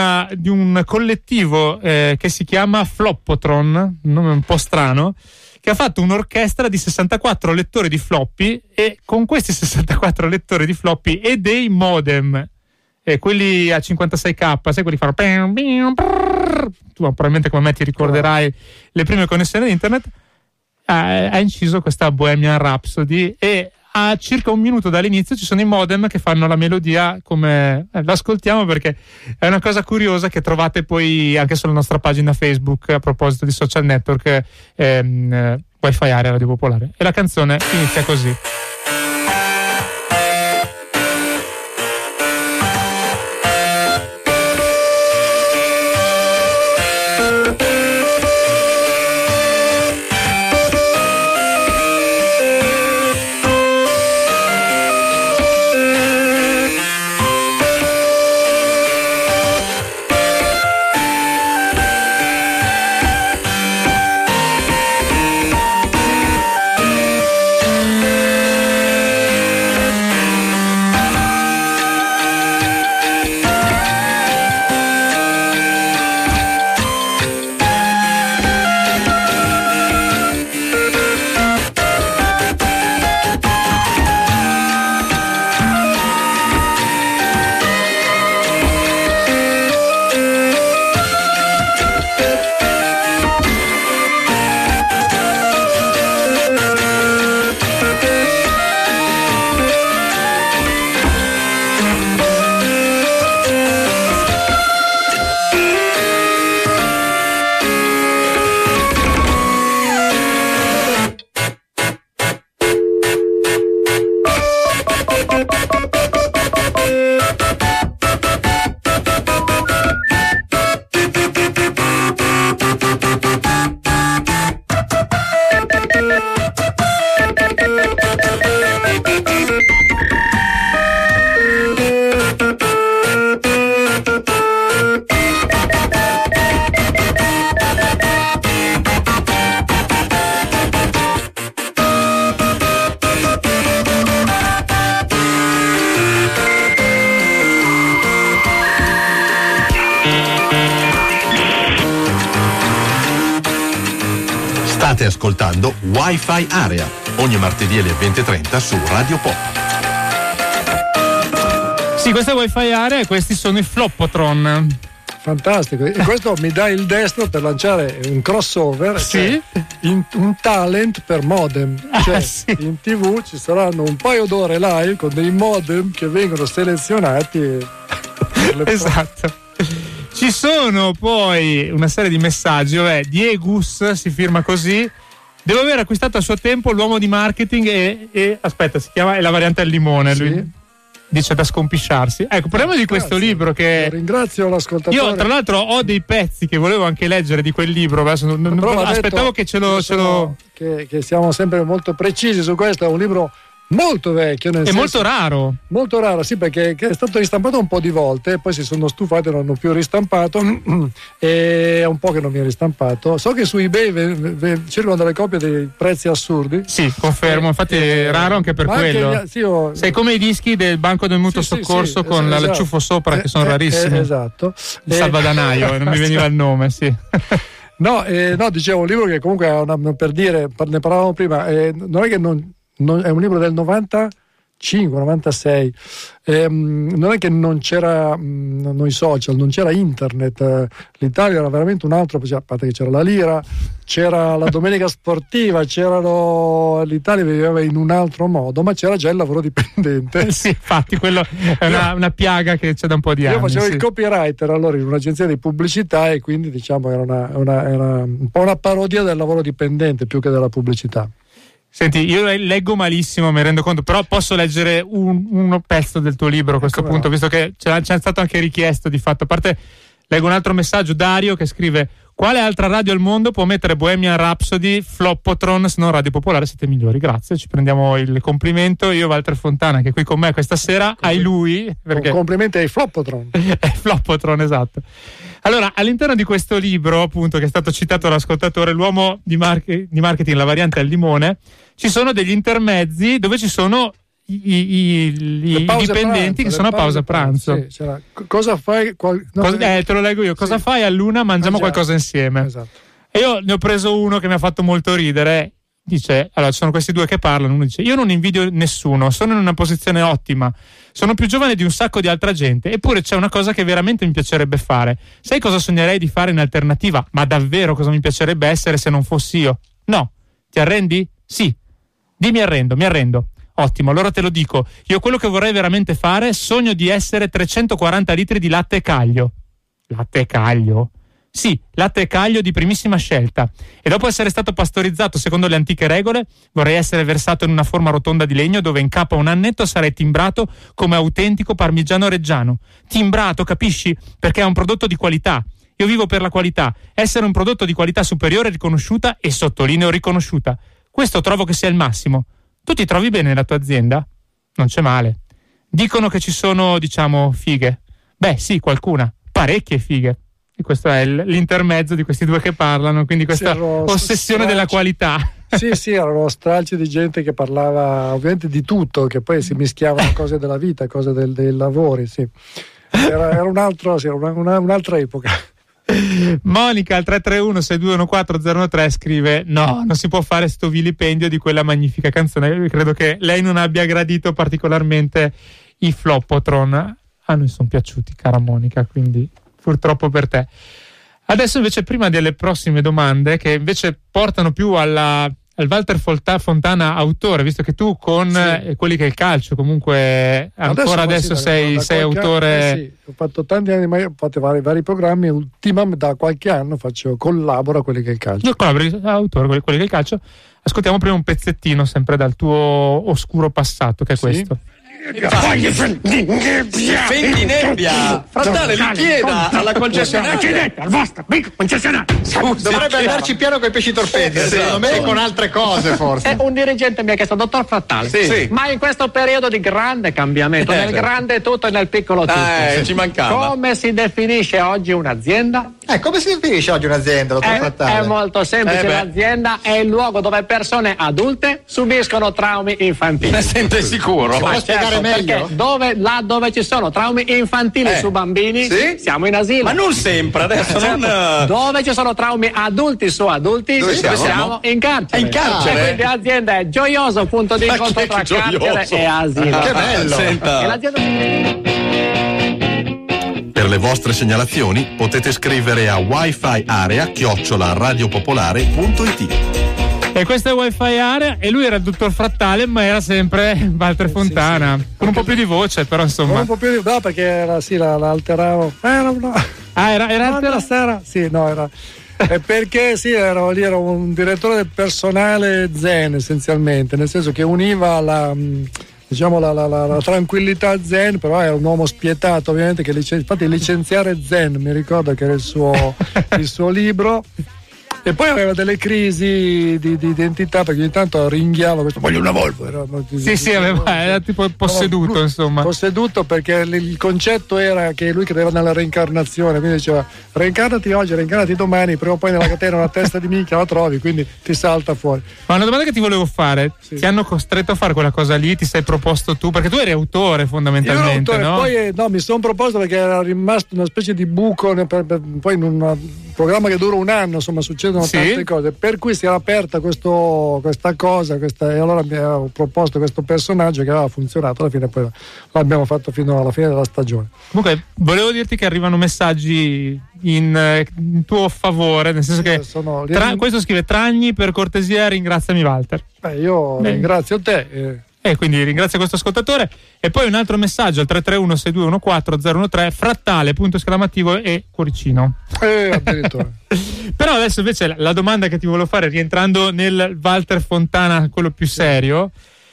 un collettivo che si chiama Floppotron, un nome un po' strano, che ha fatto un'orchestra di 64 lettori di floppy, e con questi 64 lettori di floppy e dei modem, quelli a 56k, sai, quelli fanno tu probabilmente come me ti ricorderai le prime connessioni di internet, ha inciso questa Bohemian Rhapsody, e a circa 1 minuto dall'inizio ci sono i modem che fanno la melodia come l'ascoltiamo, perché è una cosa curiosa che trovate poi anche sulla nostra pagina Facebook a proposito di social network, Wi-Fi Area Radio Popolare, e la canzone inizia così. State ascoltando Wi-Fi Area, ogni martedì alle 20:30 su Radio Pop. Sì, questa è Wi-Fi Area e questi sono i Floppotron. Fantastico, e questo mi dà il destro per lanciare un crossover, sì? Cioè un talent per modem, cioè sì. In TV ci saranno un paio d'ore live con dei modem che vengono selezionati esatto. Ci sono poi una serie di messaggi, Diegus si firma così: devo aver acquistato a suo tempo l'uomo di marketing e aspetta, si chiama, è la variante al limone, sì. Lui dice da scompisciarsi. Ecco, parliamo di questo libro che ringrazio l'ascoltatore. Io tra l'altro ho dei pezzi che volevo anche leggere di quel libro, aspettavo che ce lo che siamo sempre molto precisi su questo. È un libro molto vecchio, nel è senso, molto raro. Molto raro, sì, perché è stato ristampato un po' di volte, poi si sono stufati e non hanno più ristampato e è un po' che non mi è ristampato. So che su eBay circolano delle copie dei prezzi assurdi. Sì, confermo, infatti è raro anche per quello. Sei come i dischi del Banco del Mutuo Soccorso con esatto. l'acciuffo sopra, che sono rarissimi. Esatto. Il salvadanaio, non mi veniva il nome, sì. No, dicevo, un libro che comunque per dire, ne parlavamo prima, non è che è un libro del 95, 96, non è che non c'era i social, non c'era internet, l'Italia era veramente un altro, a parte che c'era la lira, c'era la domenica sportiva, l'Italia viveva in un altro modo, ma c'era già il lavoro dipendente. Sì, infatti quello è una piaga che c'è da un po' di anni. Io facevo il copywriter allora in un'agenzia di pubblicità e quindi diciamo era un po' una parodia del lavoro dipendente più che della pubblicità. Senti, io leggo malissimo, mi rendo conto, però posso leggere un pezzo del tuo libro a questo punto, visto che c'è stato anche richiesto di fatto. A parte, leggo un altro messaggio, Dario, che scrive: quale altra radio al mondo può mettere Bohemian Rhapsody, Floppotron, se non Radio Popolare siete migliori? Grazie, ci prendiamo il complimento. Io, Walter Fontana, che è qui con me questa sera, ai lui. Perché complimenti ai Floppotron. Floppotron, esatto. Allora, all'interno di questo libro, appunto, che è stato citato dall'ascoltatore, l'uomo di marketing, la variante al limone, ci sono degli intermezzi dove ci sono i dipendenti che sono a pausa pranzo. Sì, cosa fai? Te lo leggo io. Cosa fai a luna? Mangiamo qualcosa insieme. Esatto. E io ne ho preso uno che mi ha fatto molto ridere. Dice, allora ci sono questi due che parlano, uno dice: io non invidio nessuno, sono in una posizione ottima, sono più giovane di un sacco di altra gente, eppure c'è una cosa che veramente mi piacerebbe fare. Sai cosa sognerei di fare in alternativa? Ma davvero cosa mi piacerebbe essere se non fossi io? No. Ti arrendi? Sì. Mi arrendo. Ottimo, allora te lo dico. Io quello che vorrei veramente fare, sogno di essere 340 litri di latte e caglio. Latte e caglio? Sì, latte e caglio di primissima scelta. E dopo essere stato pastorizzato secondo le antiche regole, vorrei essere versato in una forma rotonda di legno dove in capo a un annetto sarei timbrato come autentico parmigiano reggiano. Timbrato, capisci? Perché è un prodotto di qualità. Io vivo per la qualità. Essere un prodotto di qualità superiore riconosciuta, e sottolineo riconosciuta. Questo trovo che sia il massimo. Tu ti trovi bene nella tua azienda? Non c'è male. Dicono che ci sono, fighe. Beh, sì, qualcuna. Parecchie fighe. E questo è l'intermezzo di questi due che parlano, quindi questa ossessione della qualità. Sì, erano stralci di gente che parlava ovviamente di tutto, che poi si mischiavano cose della vita, cose dei lavori, sì. Era un'altra epoca. Monica al 331-6214-013 scrive: no, non si può fare sto vilipendio di quella magnifica canzone. Credo che lei non abbia gradito particolarmente i Floppotron. A noi sono piaciuti, cara Monica, quindi purtroppo per te. Adesso invece, prima delle prossime domande, che invece portano più al Walter Fontana autore, visto che tu con quelli che è il calcio comunque ancora adesso sei autore. Sì, ho fatto tanti anni, ma ho fatto vari programmi. Da qualche anno collaboro a quelli che è il calcio. Io collabori autore quelli che è il calcio. Ascoltiamo prima un pezzettino sempre dal tuo oscuro passato, che è questo. Fendinebbia. Fratale, li chieda alla concessionaria. Al vostro concessionario. Dovrebbe andarci piano con i pesci torpedi, secondo me, e con altre cose forse. Un dirigente mi ha chiesto, dottor Frattale, Sì. ma in questo periodo di grande cambiamento, nel grande tutto e nel piccolo tutto, Ci mancava. come si definisce oggi un'azienda? Come si definisce oggi un'azienda, dottor Frattale? È molto semplice, l'azienda è il luogo dove persone adulte subiscono traumi infantili. Ne sente sicuro? Può spiegare meglio? Perché dove ci sono traumi infantili su bambini, Sì? siamo in asilo. Ma non sempre, adesso non... Dove ci sono traumi adulti su adulti, Dove siamo? siamo in carcere. In carcere? E quindi l'azienda è gioioso punto di Ma incontro che tra carcere gioioso? e asilo. Che bello. Senta. E l'azienda... Per le vostre segnalazioni potete scrivere a wifiarea@radiopopolare.it. E questa è Wi-Fi Area e lui era il dottor Frattale, ma era sempre Walter Fontana, con un po' più di voce, però insomma. Un po' più di... No, perché era, la alteravo. No. Era Quando sera? Sì, no, era... perché sì, ero un direttore del personale zen essenzialmente, nel senso che univa la tranquillità zen, però era un uomo spietato ovviamente, che infatti licenziare zen mi ricordo che era il suo libro. E poi aveva delle crisi di identità, perché ogni tanto ringhiava questo, voglio una Volvo. Era tipo posseduto, insomma. Posseduto, perché il concetto era che lui credeva nella reincarnazione, quindi diceva reincarnati oggi, reincarnati domani, prima o poi nella catena una testa di minchia la trovi, quindi ti salta fuori. Ma una domanda che ti volevo fare, ti hanno costretto a fare quella cosa lì, ti sei proposto tu, perché tu eri autore fondamentalmente, no? Poi mi sono proposto perché era rimasto una specie di buco, poi in un programma che dura un anno, insomma succedono tante cose, per cui si era aperta questa cosa, e allora mi avevo proposto questo personaggio che aveva funzionato, alla fine poi l'abbiamo fatto fino alla fine della stagione. Comunque volevo dirti che arrivano messaggi in tuo favore, nel senso che questo scrive: Tragni, per cortesia ringraziami Walter. Io ringrazio te. E quindi ringrazio questo ascoltatore. E poi un altro messaggio al 331-6214-013, Frattale, punto esclamativo e cuoricino. Addirittura. Però adesso invece la domanda che ti volevo fare, rientrando nel Walter Fontana, quello più serio,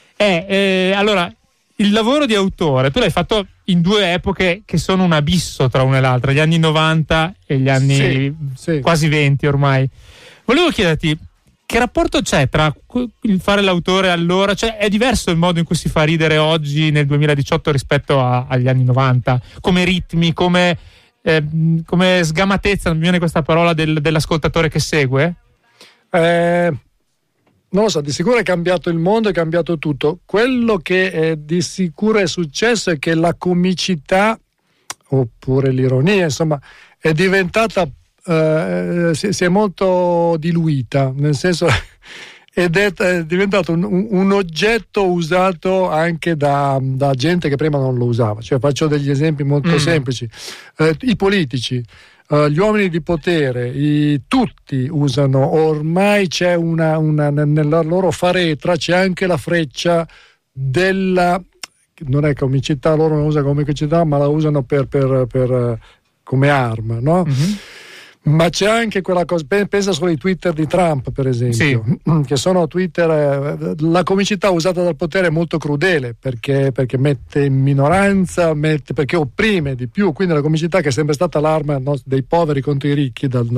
è allora, il lavoro di autore tu l'hai fatto in due epoche che sono un abisso tra una e l'altra, gli anni 90 e gli anni quasi 20 ormai. Volevo chiederti, che rapporto c'è tra il fare l'autore allora? Cioè, è diverso il modo in cui si fa ridere oggi nel 2018 rispetto agli anni 90? Come ritmi, come sgamatezza, non mi viene questa parola dell'ascoltatore che segue? Non lo so, di sicuro è cambiato il mondo, è cambiato tutto. Quello che di sicuro è successo è che la comicità, oppure l'ironia, insomma, è diventata si è molto diluita, nel senso ed è diventato un oggetto usato anche da gente che prima non lo usava. Cioè, faccio degli esempi molto semplici. I politici, gli uomini di potere, tutti usano, ormai c'è nella loro faretra c'è anche la freccia della, non è comicità, loro non usano comicità, ma la usano come arma, no? Mm-hmm. Ma c'è anche quella cosa, pensa solo ai Twitter di Trump, per esempio, che sono Twitter, la comicità usata dal potere è molto crudele, perché mette in minoranza, perché opprime di più, quindi la comicità, che è sempre stata l'arma dei poveri contro i ricchi dal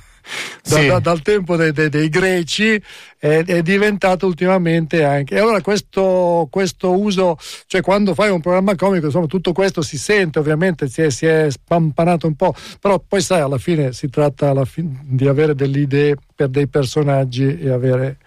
tempo dei greci, è diventato ultimamente anche. E allora questo uso, cioè quando fai un programma comico, insomma, tutto questo si sente, ovviamente si è spampanato un po', però poi sai, alla fine si tratta di avere delle idee per dei personaggi e avere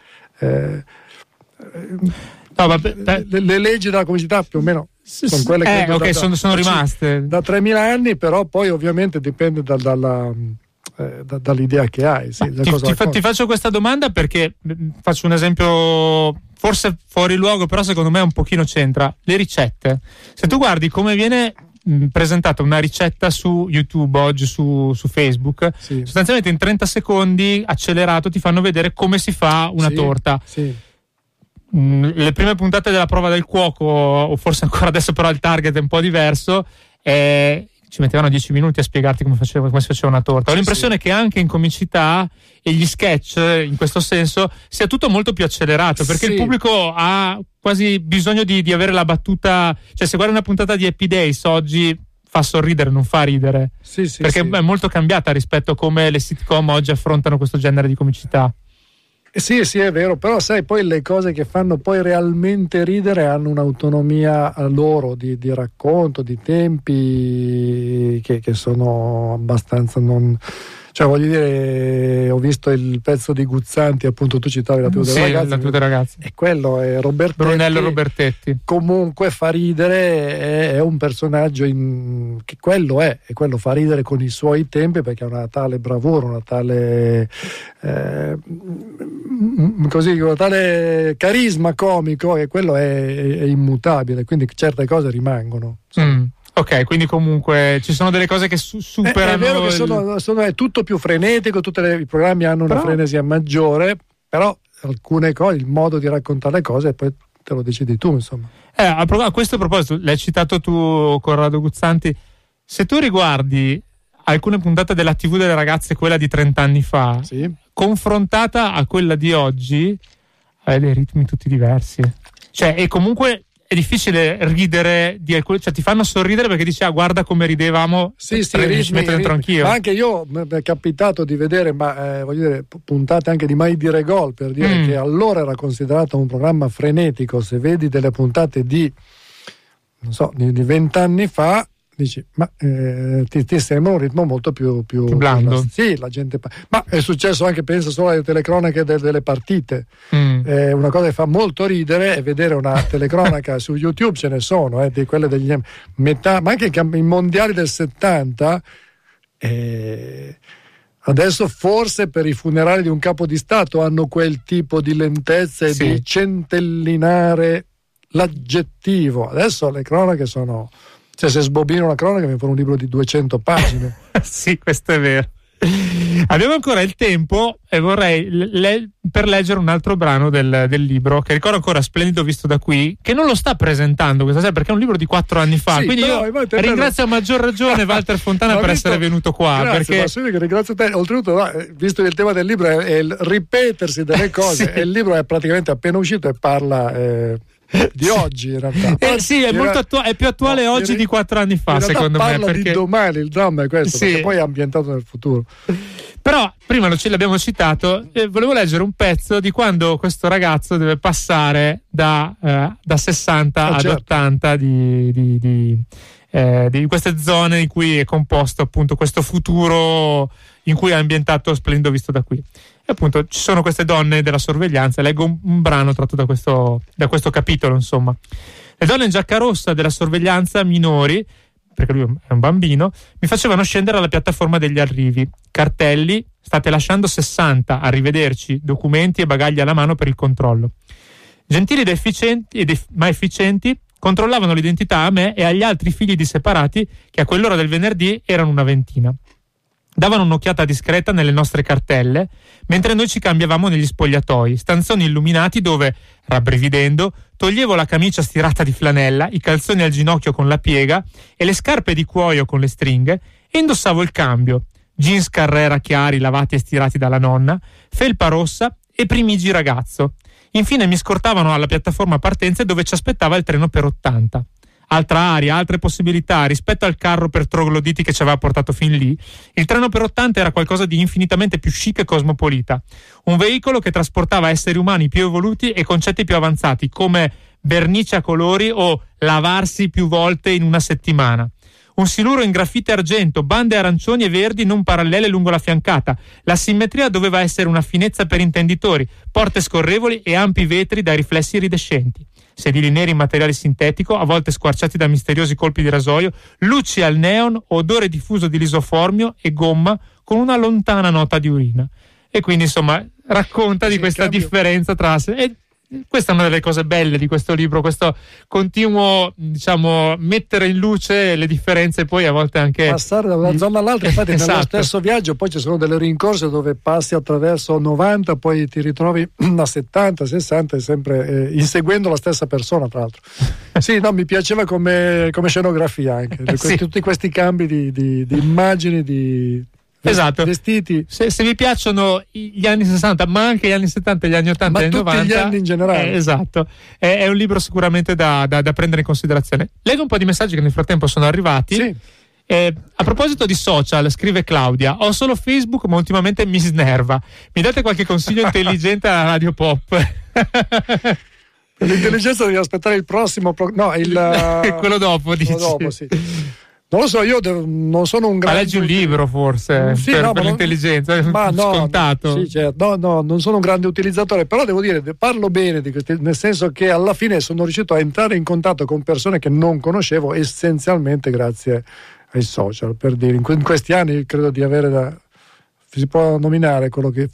le leggi della comicità più o meno sono quelle che sono rimaste da 3000 anni, però poi ovviamente dipende dall'idea che hai. Ti faccio questa domanda perché faccio un esempio forse fuori luogo, però secondo me un pochino c'entra. Le ricette, se tu guardi come viene presentata una ricetta su YouTube oggi, su Facebook, sostanzialmente in 30 secondi accelerato ti fanno vedere come si fa una torta. Le prime puntate della prova del cuoco, o forse ancora adesso, però il target è un po' diverso, ci mettevano 10 minuti a spiegarti come si faceva una torta. Ho l'impressione che anche in comicità e gli sketch, in questo senso, sia tutto molto più accelerato, perché il pubblico ha quasi bisogno di avere la battuta, cioè se guardi una puntata di Happy Days oggi fa sorridere, non fa ridere, perché è molto cambiata rispetto a come le sitcom oggi affrontano questo genere di comicità. Sì, è vero, però sai, poi le cose che fanno poi realmente ridere hanno un'autonomia loro di racconto, di tempi che sono abbastanza non... Cioè, voglio dire, ho visto il pezzo di Guzzanti, appunto tu citavi La più dei ragazzi, e quello è Brunello Robertetti. Comunque fa ridere, è un personaggio che quello è, e quello fa ridere con i suoi tempi, perché ha una tale bravura, una tale un tale carisma comico, che quello è immutabile, quindi certe cose rimangono. Ok, quindi comunque ci sono delle cose che superano. È vero che è tutto più frenetico, i programmi hanno una frenesia maggiore, però alcune cose, il modo di raccontare le cose, poi te lo decidi tu, insomma. A questo proposito, l'hai citato tu, Corrado Guzzanti. Se tu riguardi alcune puntate della TV delle ragazze, quella di 30 anni fa, confrontata a quella di oggi, ha dei ritmi tutti diversi. Cioè, e comunque è difficile ridere di alcune, cioè ti fanno sorridere perché dici guarda come ridevamo, ci metto dentro anch'io. Ma anche io mi è capitato di vedere voglio dire, puntate anche di Mai dire gol, per dire che allora era considerato un programma frenetico. Se vedi delle puntate di 20 anni fa, dici ti sembra un ritmo molto più blando. Sì, la gente ma è successo anche, penso solo alle telecronache delle partite. Una cosa che fa molto ridere è vedere una telecronaca su YouTube, ce ne sono di quelle degli metà, ma anche i mondiali del 70. Adesso forse per i funerali di un capo di Stato hanno quel tipo di lentezza e di centellinare l'aggettivo. Adesso le cronache sono... Cioè, se sbobino una cronaca mi fa un libro di 200 pagine. Sì, questo è vero. Abbiamo ancora il tempo e vorrei per leggere un altro brano del libro, che ricordo ancora, Splendido visto da qui, che non lo sta presentando questa sera perché è un libro di 4 anni fa. Quindi io ringrazio a maggior ragione Walter Fontana per essere venuto qua. Grazie, perché ringrazio te. Oltretutto, visto che il tema del libro è il ripetersi delle cose, e il libro è praticamente appena uscito e parla... di oggi in realtà. È più attuale oggi di 4 anni fa, secondo me. Parla di domani, il dramma è questo, perché poi è ambientato nel futuro. Però prima l'abbiamo citato, volevo leggere un pezzo di quando questo ragazzo deve passare da 60 ad 80 di queste zone in cui è composto appunto questo futuro in cui è ambientato Splendido visto da qui. E appunto ci sono queste donne della sorveglianza. Leggo un brano tratto da questo capitolo, insomma. Le donne in giacca rossa della sorveglianza minori, perché lui è un bambino, mi facevano scendere alla piattaforma degli arrivi. Cartelli: state lasciando 60, arrivederci, documenti e bagagli alla mano per il controllo. Gentili ma efficienti controllavano l'identità a me e agli altri figli di separati, che a quell'ora del venerdì erano una ventina. Davano un'occhiata discreta nelle nostre cartelle, mentre noi ci cambiavamo negli spogliatoi, stanzoni illuminati dove, rabbrividendo, toglievo la camicia stirata di flanella, i calzoni al ginocchio con la piega e le scarpe di cuoio con le stringhe, e indossavo il cambio: jeans Carrera chiari lavati e stirati dalla nonna, felpa rossa e primigi ragazzo. Infine mi scortavano alla piattaforma partenza dove ci aspettava il treno per 80. Altra aria, altre possibilità rispetto al carro per trogloditi che ci aveva portato fin lì. Il treno per 80 era qualcosa di infinitamente più chic e cosmopolita, un veicolo che trasportava esseri umani più evoluti e concetti più avanzati, come vernice a colori o lavarsi più volte in una settimana. Un siluro in graffite argento, bande arancioni e verdi non parallele lungo la fiancata. La simmetria doveva essere una finezza per intenditori, porte scorrevoli e ampi vetri dai riflessi iridescenti. Sedili neri in materiale sintetico, a volte squarciati da misteriosi colpi di rasoio, luci al neon, odore diffuso di lisoformio e gomma con una lontana nota di urina. E quindi insomma racconta di questa differenza tra... Questa è una delle cose belle di questo libro, questo continuo, diciamo, mettere in luce le differenze, poi a volte anche passare da una zona all'altra. Infatti nello stesso viaggio poi ci sono delle rincorse dove passi attraverso 90, poi ti ritrovi a 70, 60, sempre inseguendo la stessa persona, tra l'altro. Sì, no, mi piaceva come scenografia anche tutti questi cambi di immagini, Esatto. Vestiti. Se vi piacciono gli anni 60, ma anche gli anni 70, gli anni 80 Ma e gli anni tutti 90, gli anni in generale. Esatto. È un libro sicuramente da prendere in considerazione. Leggo un po' di messaggi che nel frattempo sono arrivati. Sì. A proposito di social, scrive Claudia: ho solo Facebook, ma ultimamente mi snerva. Mi date qualche consiglio intelligente alla Radio Pop? L'intelligenza devi aspettare il prossimo quello dopo, dici. Quello dopo, sì. Non lo so, io non sono un grande. Ma leggi un libro forse Sì, per no, l'intelligenza, è scontato. Sì, certo. No, non sono un grande utilizzatore, però devo dire, parlo bene di questi, nel senso che alla fine sono riuscito a entrare in contatto con persone che non conoscevo essenzialmente grazie ai social, per dire. In questi anni credo di avere si può nominare quello che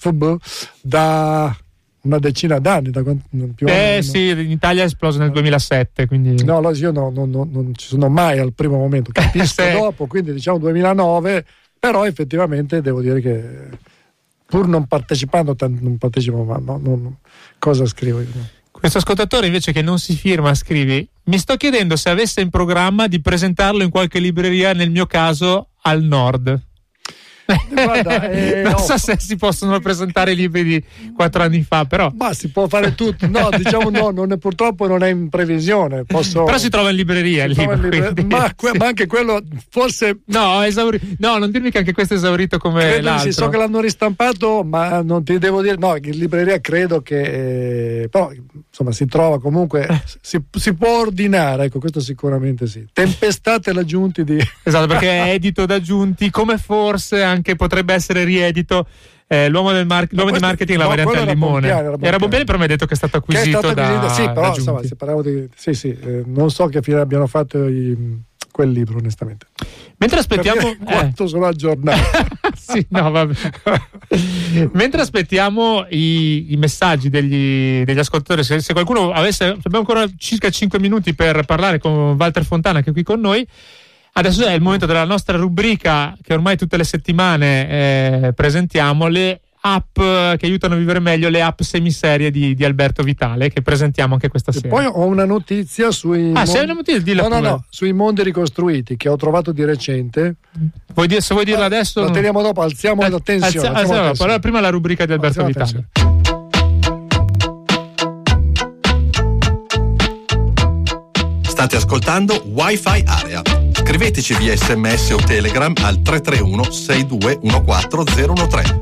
da una decina d'anni, da più o meno. Sì, in Italia è esploso nel 2007, quindi no, io non ci sono mai al primo momento, capisco dopo, quindi diciamo 2009, però effettivamente devo dire che pur non partecipando non partecipo, ma cosa scrivo io? Questo ascoltatore invece che non si firma scrive: mi sto chiedendo se avesse in programma di presentarlo in qualche libreria, nel mio caso al nord. Guarda, non so se si possono presentare libri di 4 anni fa, però ma si può fare tutto. No, diciamo purtroppo non è in previsione. Però si trova in libreria il libro, ma anche quello forse no, non dirmi che anche questo è esaurito come l'altro. So che l'hanno ristampato, ma non ti devo dire, no, in libreria credo che però insomma si trova comunque, si può ordinare, ecco, questo sicuramente sì. Tempestate l'aggiunti di esatto, perché è edito da Giunti, come forse anche potrebbe essere riedito l'uomo di marketing, la variante al limone. Era Bompiani, però mi hai detto che è stato acquisito da sì, però da insomma, se parlavo di non so che fine abbiano fatto quel libro, onestamente. Mentre aspettiamo quanto sono aggiornato. Sì, no, vabbè. Mentre aspettiamo i messaggi degli ascoltatori, se qualcuno abbiamo ancora circa 5 minuti per parlare con Walter Fontana, che è qui con noi. Adesso è il momento della nostra rubrica che ormai tutte le settimane presentiamo, le app che aiutano a vivere meglio, le app semiserie di Alberto Vitale, che presentiamo anche questa sera. Poi ho una notizia sui se hai una notizia, dilla pure. No, sui mondi ricostruiti che ho trovato di recente. Se vuoi dirla adesso? Lo teniamo dopo, alziamo la tensione. Allora prima la rubrica di Alberto Vitale. State ascoltando Wi-Fi Area. Scriveteci via SMS o Telegram al 331 6214 013.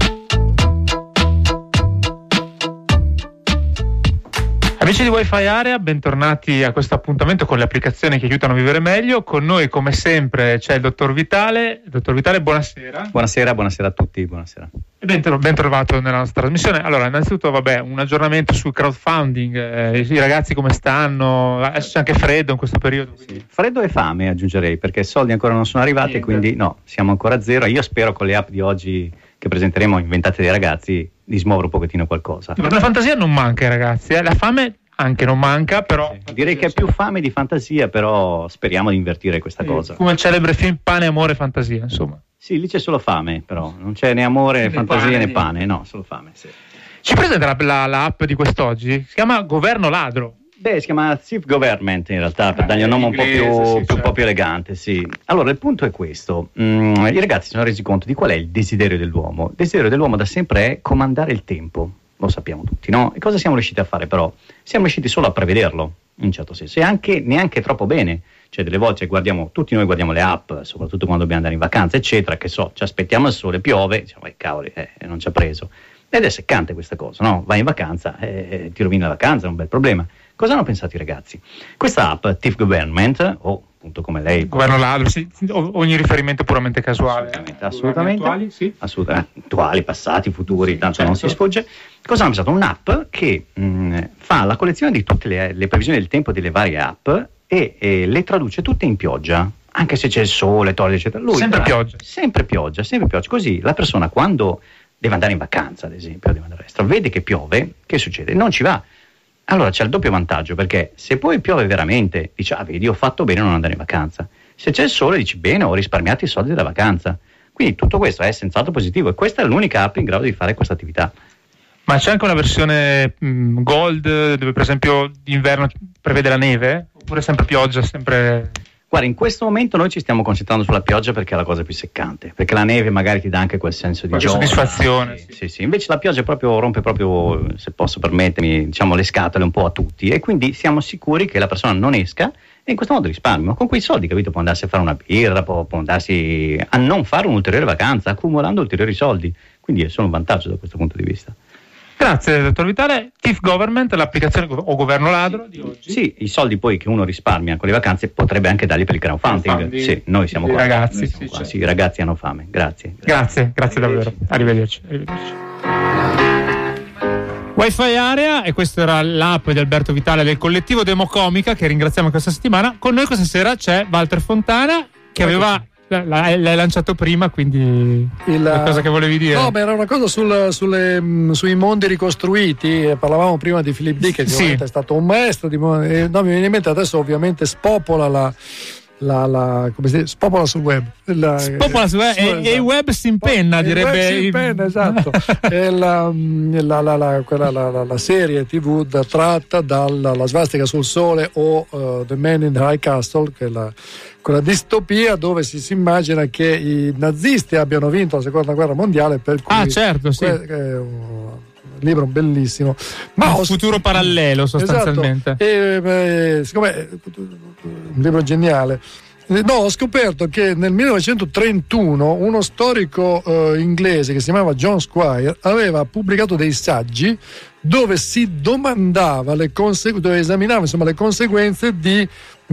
Amici di Wi-Fi Area, bentornati a questo appuntamento con le applicazioni che aiutano a vivere meglio. Con noi, come sempre, c'è il dottor Vitale. Dottor Vitale, buonasera. Buonasera a tutti, buonasera. E ben trovato nella nostra trasmissione. Allora, innanzitutto, un aggiornamento sul crowdfunding. I ragazzi come stanno? Adesso c'è anche freddo in questo periodo. Sì. Freddo e fame, aggiungerei, perché i soldi ancora non sono arrivati, quindi no, siamo ancora a zero. Io spero con le app di oggi che presenteremo, inventate dai ragazzi, di smuovere un pochettino qualcosa. La fantasia non manca, ragazzi, la fame anche non manca, però sì. Direi che è più fame di fantasia, però speriamo di invertire questa cosa. Come il celebre film Pane, Amore e Fantasia, insomma. Sì, lì c'è solo fame, però non c'è né amore, né fantasia né pane, no, solo fame. Sì. Ci presenta la app di quest'oggi? Si chiama Governo Ladro. Si chiama Thief Government in realtà, per dargli un nome un po' più elegante, sì. Allora, il punto è questo. I ragazzi si sono resi conto di qual è il desiderio dell'uomo. Il desiderio dell'uomo da sempre è comandare il tempo. Lo sappiamo tutti, no? E cosa siamo riusciti a fare però? Siamo riusciti solo a prevederlo, in un certo senso, e anche neanche troppo bene. Cioè delle volte tutti noi guardiamo le app, soprattutto quando dobbiamo andare in vacanza, eccetera, che ci aspettiamo il sole, piove, diciamo, cavoli, non ci ha preso. Ed è seccante questa cosa, no? Vai in vacanza, ti rovina la vacanza, è un bel problema. Cosa hanno pensato i ragazzi? Questa app, Thief Government, appunto come lei... Governo Ladro, sì, ogni riferimento puramente casuale. Assolutamente. Attuali, sì. Attuali, passati, futuri, tanto non si sfugge. Cosa hanno pensato? Un'app che fa la collezione di tutte le previsioni del tempo delle varie app e le traduce tutte in pioggia, anche se c'è il sole, torride, eccetera. Sempre pioggia. Così la persona, quando deve andare in vacanza, ad esempio, deve andare all'estero, vede che piove, che succede? Non ci va. Allora c'è il doppio vantaggio, perché se poi piove veramente, dici, vedi, ho fatto bene a non andare in vacanza. Se c'è il sole, dici, bene, ho risparmiato i soldi della vacanza. Quindi tutto questo è senz'altro positivo, e questa è l'unica app in grado di fare questa attività. Ma c'è anche una versione gold, dove per esempio d'inverno prevede la neve? Oppure sempre pioggia, sempre... Guarda, in questo momento noi ci stiamo concentrando sulla pioggia perché è la cosa più seccante, perché la neve magari ti dà anche quel senso di gioia, soddisfazione. Sì. Invece la pioggia rompe proprio, se posso permettermi, diciamo, le scatole un po' a tutti, e quindi siamo sicuri che la persona non esca e in questo modo risparmia. Ma con quei soldi, capito, può andarsi a fare una birra, può andarsi a non fare un'ulteriore vacanza, accumulando ulteriori soldi. Quindi è solo un vantaggio da questo punto di vista. Grazie, dottor Vitale. TIF Government, l'applicazione o governo ladro di oggi. Sì, i soldi poi che uno risparmia con le vacanze potrebbe anche darli per il crowdfunding. Sì, noi siamo qua. Ragazzi, Sì, i ragazzi hanno fame. Grazie davvero. Arrivederci. Wi-Fi Area, e questa era l'app di Alberto Vitale del collettivo Democomica, che ringraziamo questa settimana. Con noi questa sera c'è Walter Fontana, che aveva... L'hai lanciato prima, quindi la cosa che volevi dire? No, ma era una cosa sui mondi ricostruiti. Parlavamo prima di Philip Dick, che ovviamente è stato un maestro di no, mi viene in mente adesso, ovviamente spopola come si dice? Spopola sul web. Spopola sul web e il web si impenna, direbbe. Web si impenna, esatto. È la serie TV tratta dalla svastica sul sole o The Man in the High Castle, che è quella distopia dove si immagina che i nazisti abbiano vinto la seconda guerra mondiale, per cui certo, sì. È un libro bellissimo, ma un futuro parallelo sostanzialmente. Esatto. Siccome è un libro geniale, ho scoperto che nel 1931 uno storico inglese che si chiamava John Squire aveva pubblicato dei saggi dove si domandava dove esaminava insomma le conseguenze di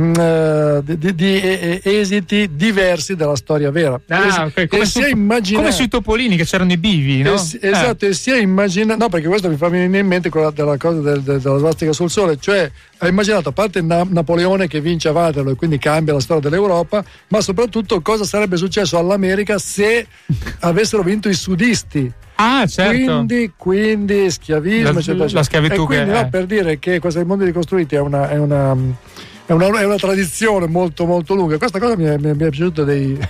esiti diversi della storia vera. Okay. Come sui topolini, che c'erano i bivi, no? Esatto, e si è immaginato, no, perché questo mi fa venire in mente quella della cosa della svastica sul sole, cioè ha immaginato, a parte Napoleone che vince a Waterloo e quindi cambia la storia dell'Europa, ma soprattutto cosa sarebbe successo all'America se avessero vinto i sudisti. Certo. Quindi schiavismo, la schiavitù, e quindi per dire che questo mondo ricostruiti è una tradizione molto molto lunga. Questa cosa mi è piaciuta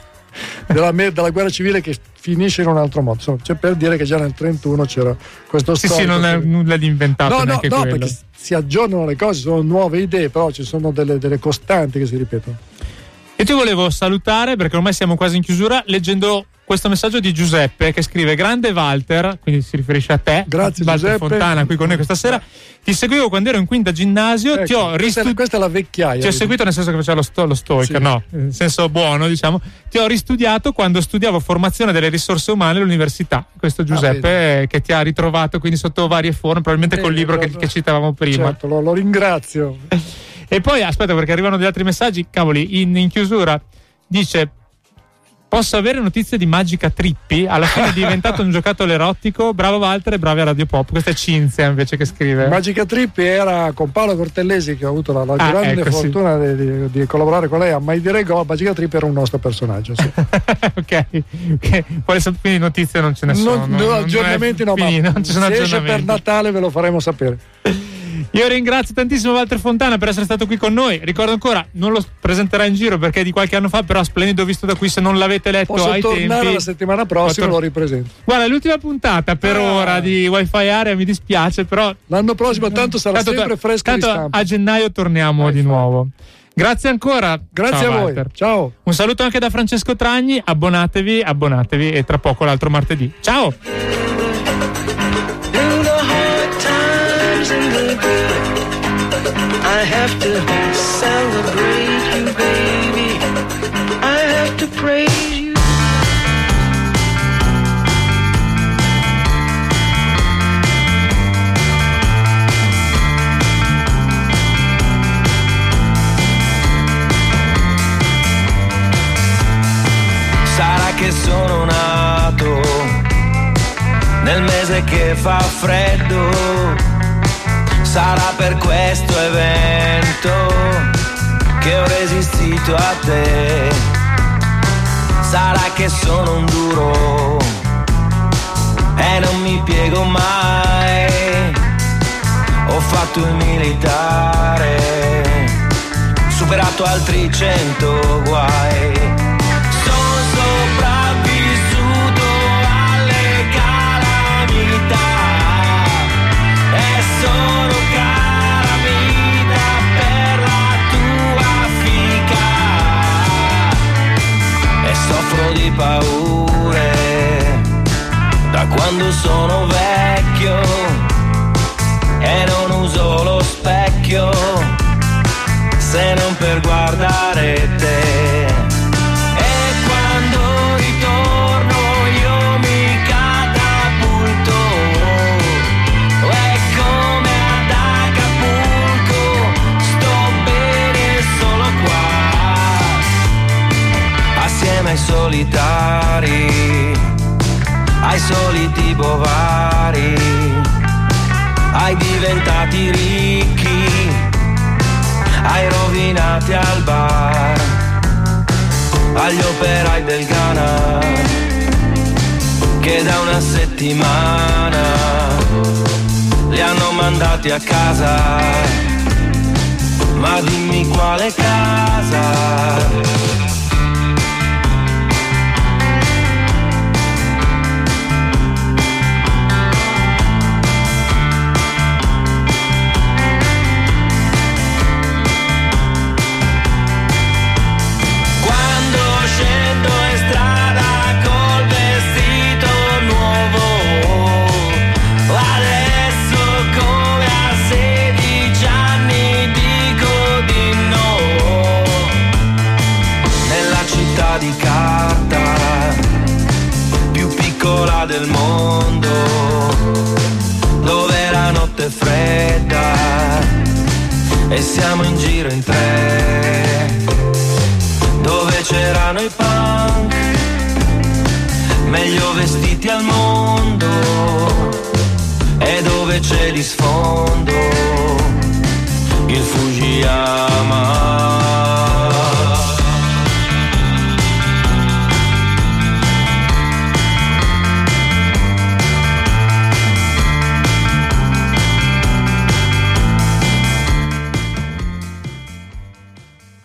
della guerra civile, che finisce in un altro modo. Insomma, c'è per dire che già nel 31 c'era questo storico. Sì, non è nulla di inventato. No, perché si aggiornano le cose, sono nuove idee, però ci sono delle costanti che si ripetono. E ti volevo salutare, perché ormai siamo quasi in chiusura, leggendo questo messaggio di Giuseppe, che scrive: grande Walter, quindi si riferisce a te. Grazie, Walter Giuseppe. Fontana qui con noi questa sera. Ti seguivo quando ero in quinta ginnasio, questa è la vecchiaia. Ti ho seguito nel senso che faceva lo stalker, sì. No, nel senso buono, diciamo. Ti ho ristudiato quando studiavo formazione delle risorse umane all'università. Questo Giuseppe che ti ha ritrovato quindi sotto varie forme, probabilmente col libro che citavamo prima. Certo, lo ringrazio. E poi aspetta, perché arrivano degli altri messaggi, cavoli, in chiusura dice: posso avere notizie di Magica Trippi? Alla fine è diventato un giocattolo erotico. Bravo Walter e bravi a Radio Pop. Questa è Cinzia invece che scrive. Magica Trippi era con Paolo Cortellesi, che ho avuto la grande fortuna di collaborare con lei a Mai Dire Go. Magica Trippi era un nostro personaggio, sì. Ok. Quindi notizie non ce ne sono. Aggiornamenti no, ma non ci sono se esce per Natale ve lo faremo sapere. Io ringrazio tantissimo Walter Fontana per essere stato qui con noi. Ricordo ancora, non lo presenterà in giro perché è di qualche anno fa, però splendido visto da qui. Se non l'avete letto posso ai tornare tempi, la settimana prossima, lo ripresento. Guarda, l'ultima puntata per ora di Wi-Fi Area, mi dispiace, però l'anno prossimo tanto sarà sempre fresco di stampa. A gennaio torniamo di nuovo. Grazie ancora. Grazie a voi. Walter. Ciao. Un saluto anche da Francesco Tragni. Abbonatevi e tra poco l'altro martedì. Ciao. I have to celebrate you, baby. I have to praise you. Sarà che sono nato nel mese che fa freddo. Sarà per questo evento che ho resistito a te. Sarà che sono un duro e non mi piego mai. Ho fatto il militare, superato altri 100 guai. Sono sopravvissuto alle calamità e sono calamita per la tua fica. sono vecchio e non uso lo specchio se non per guardare te. E quando ritorno io mi catapulto, è come ad Acapulco, sto bene solo qua, assieme ai solitari, ai soliti bovari, ai diventati ricchi, ai rovinati al bar, agli operai del Ghana che da una settimana li hanno mandati a casa, ma dimmi quale casa. Di carta più piccola del mondo, dove la notte è fredda e siamo in giro in tre, dove c'erano i punk meglio vestiti al mondo e dove c'è di sfondo il Fujiyama.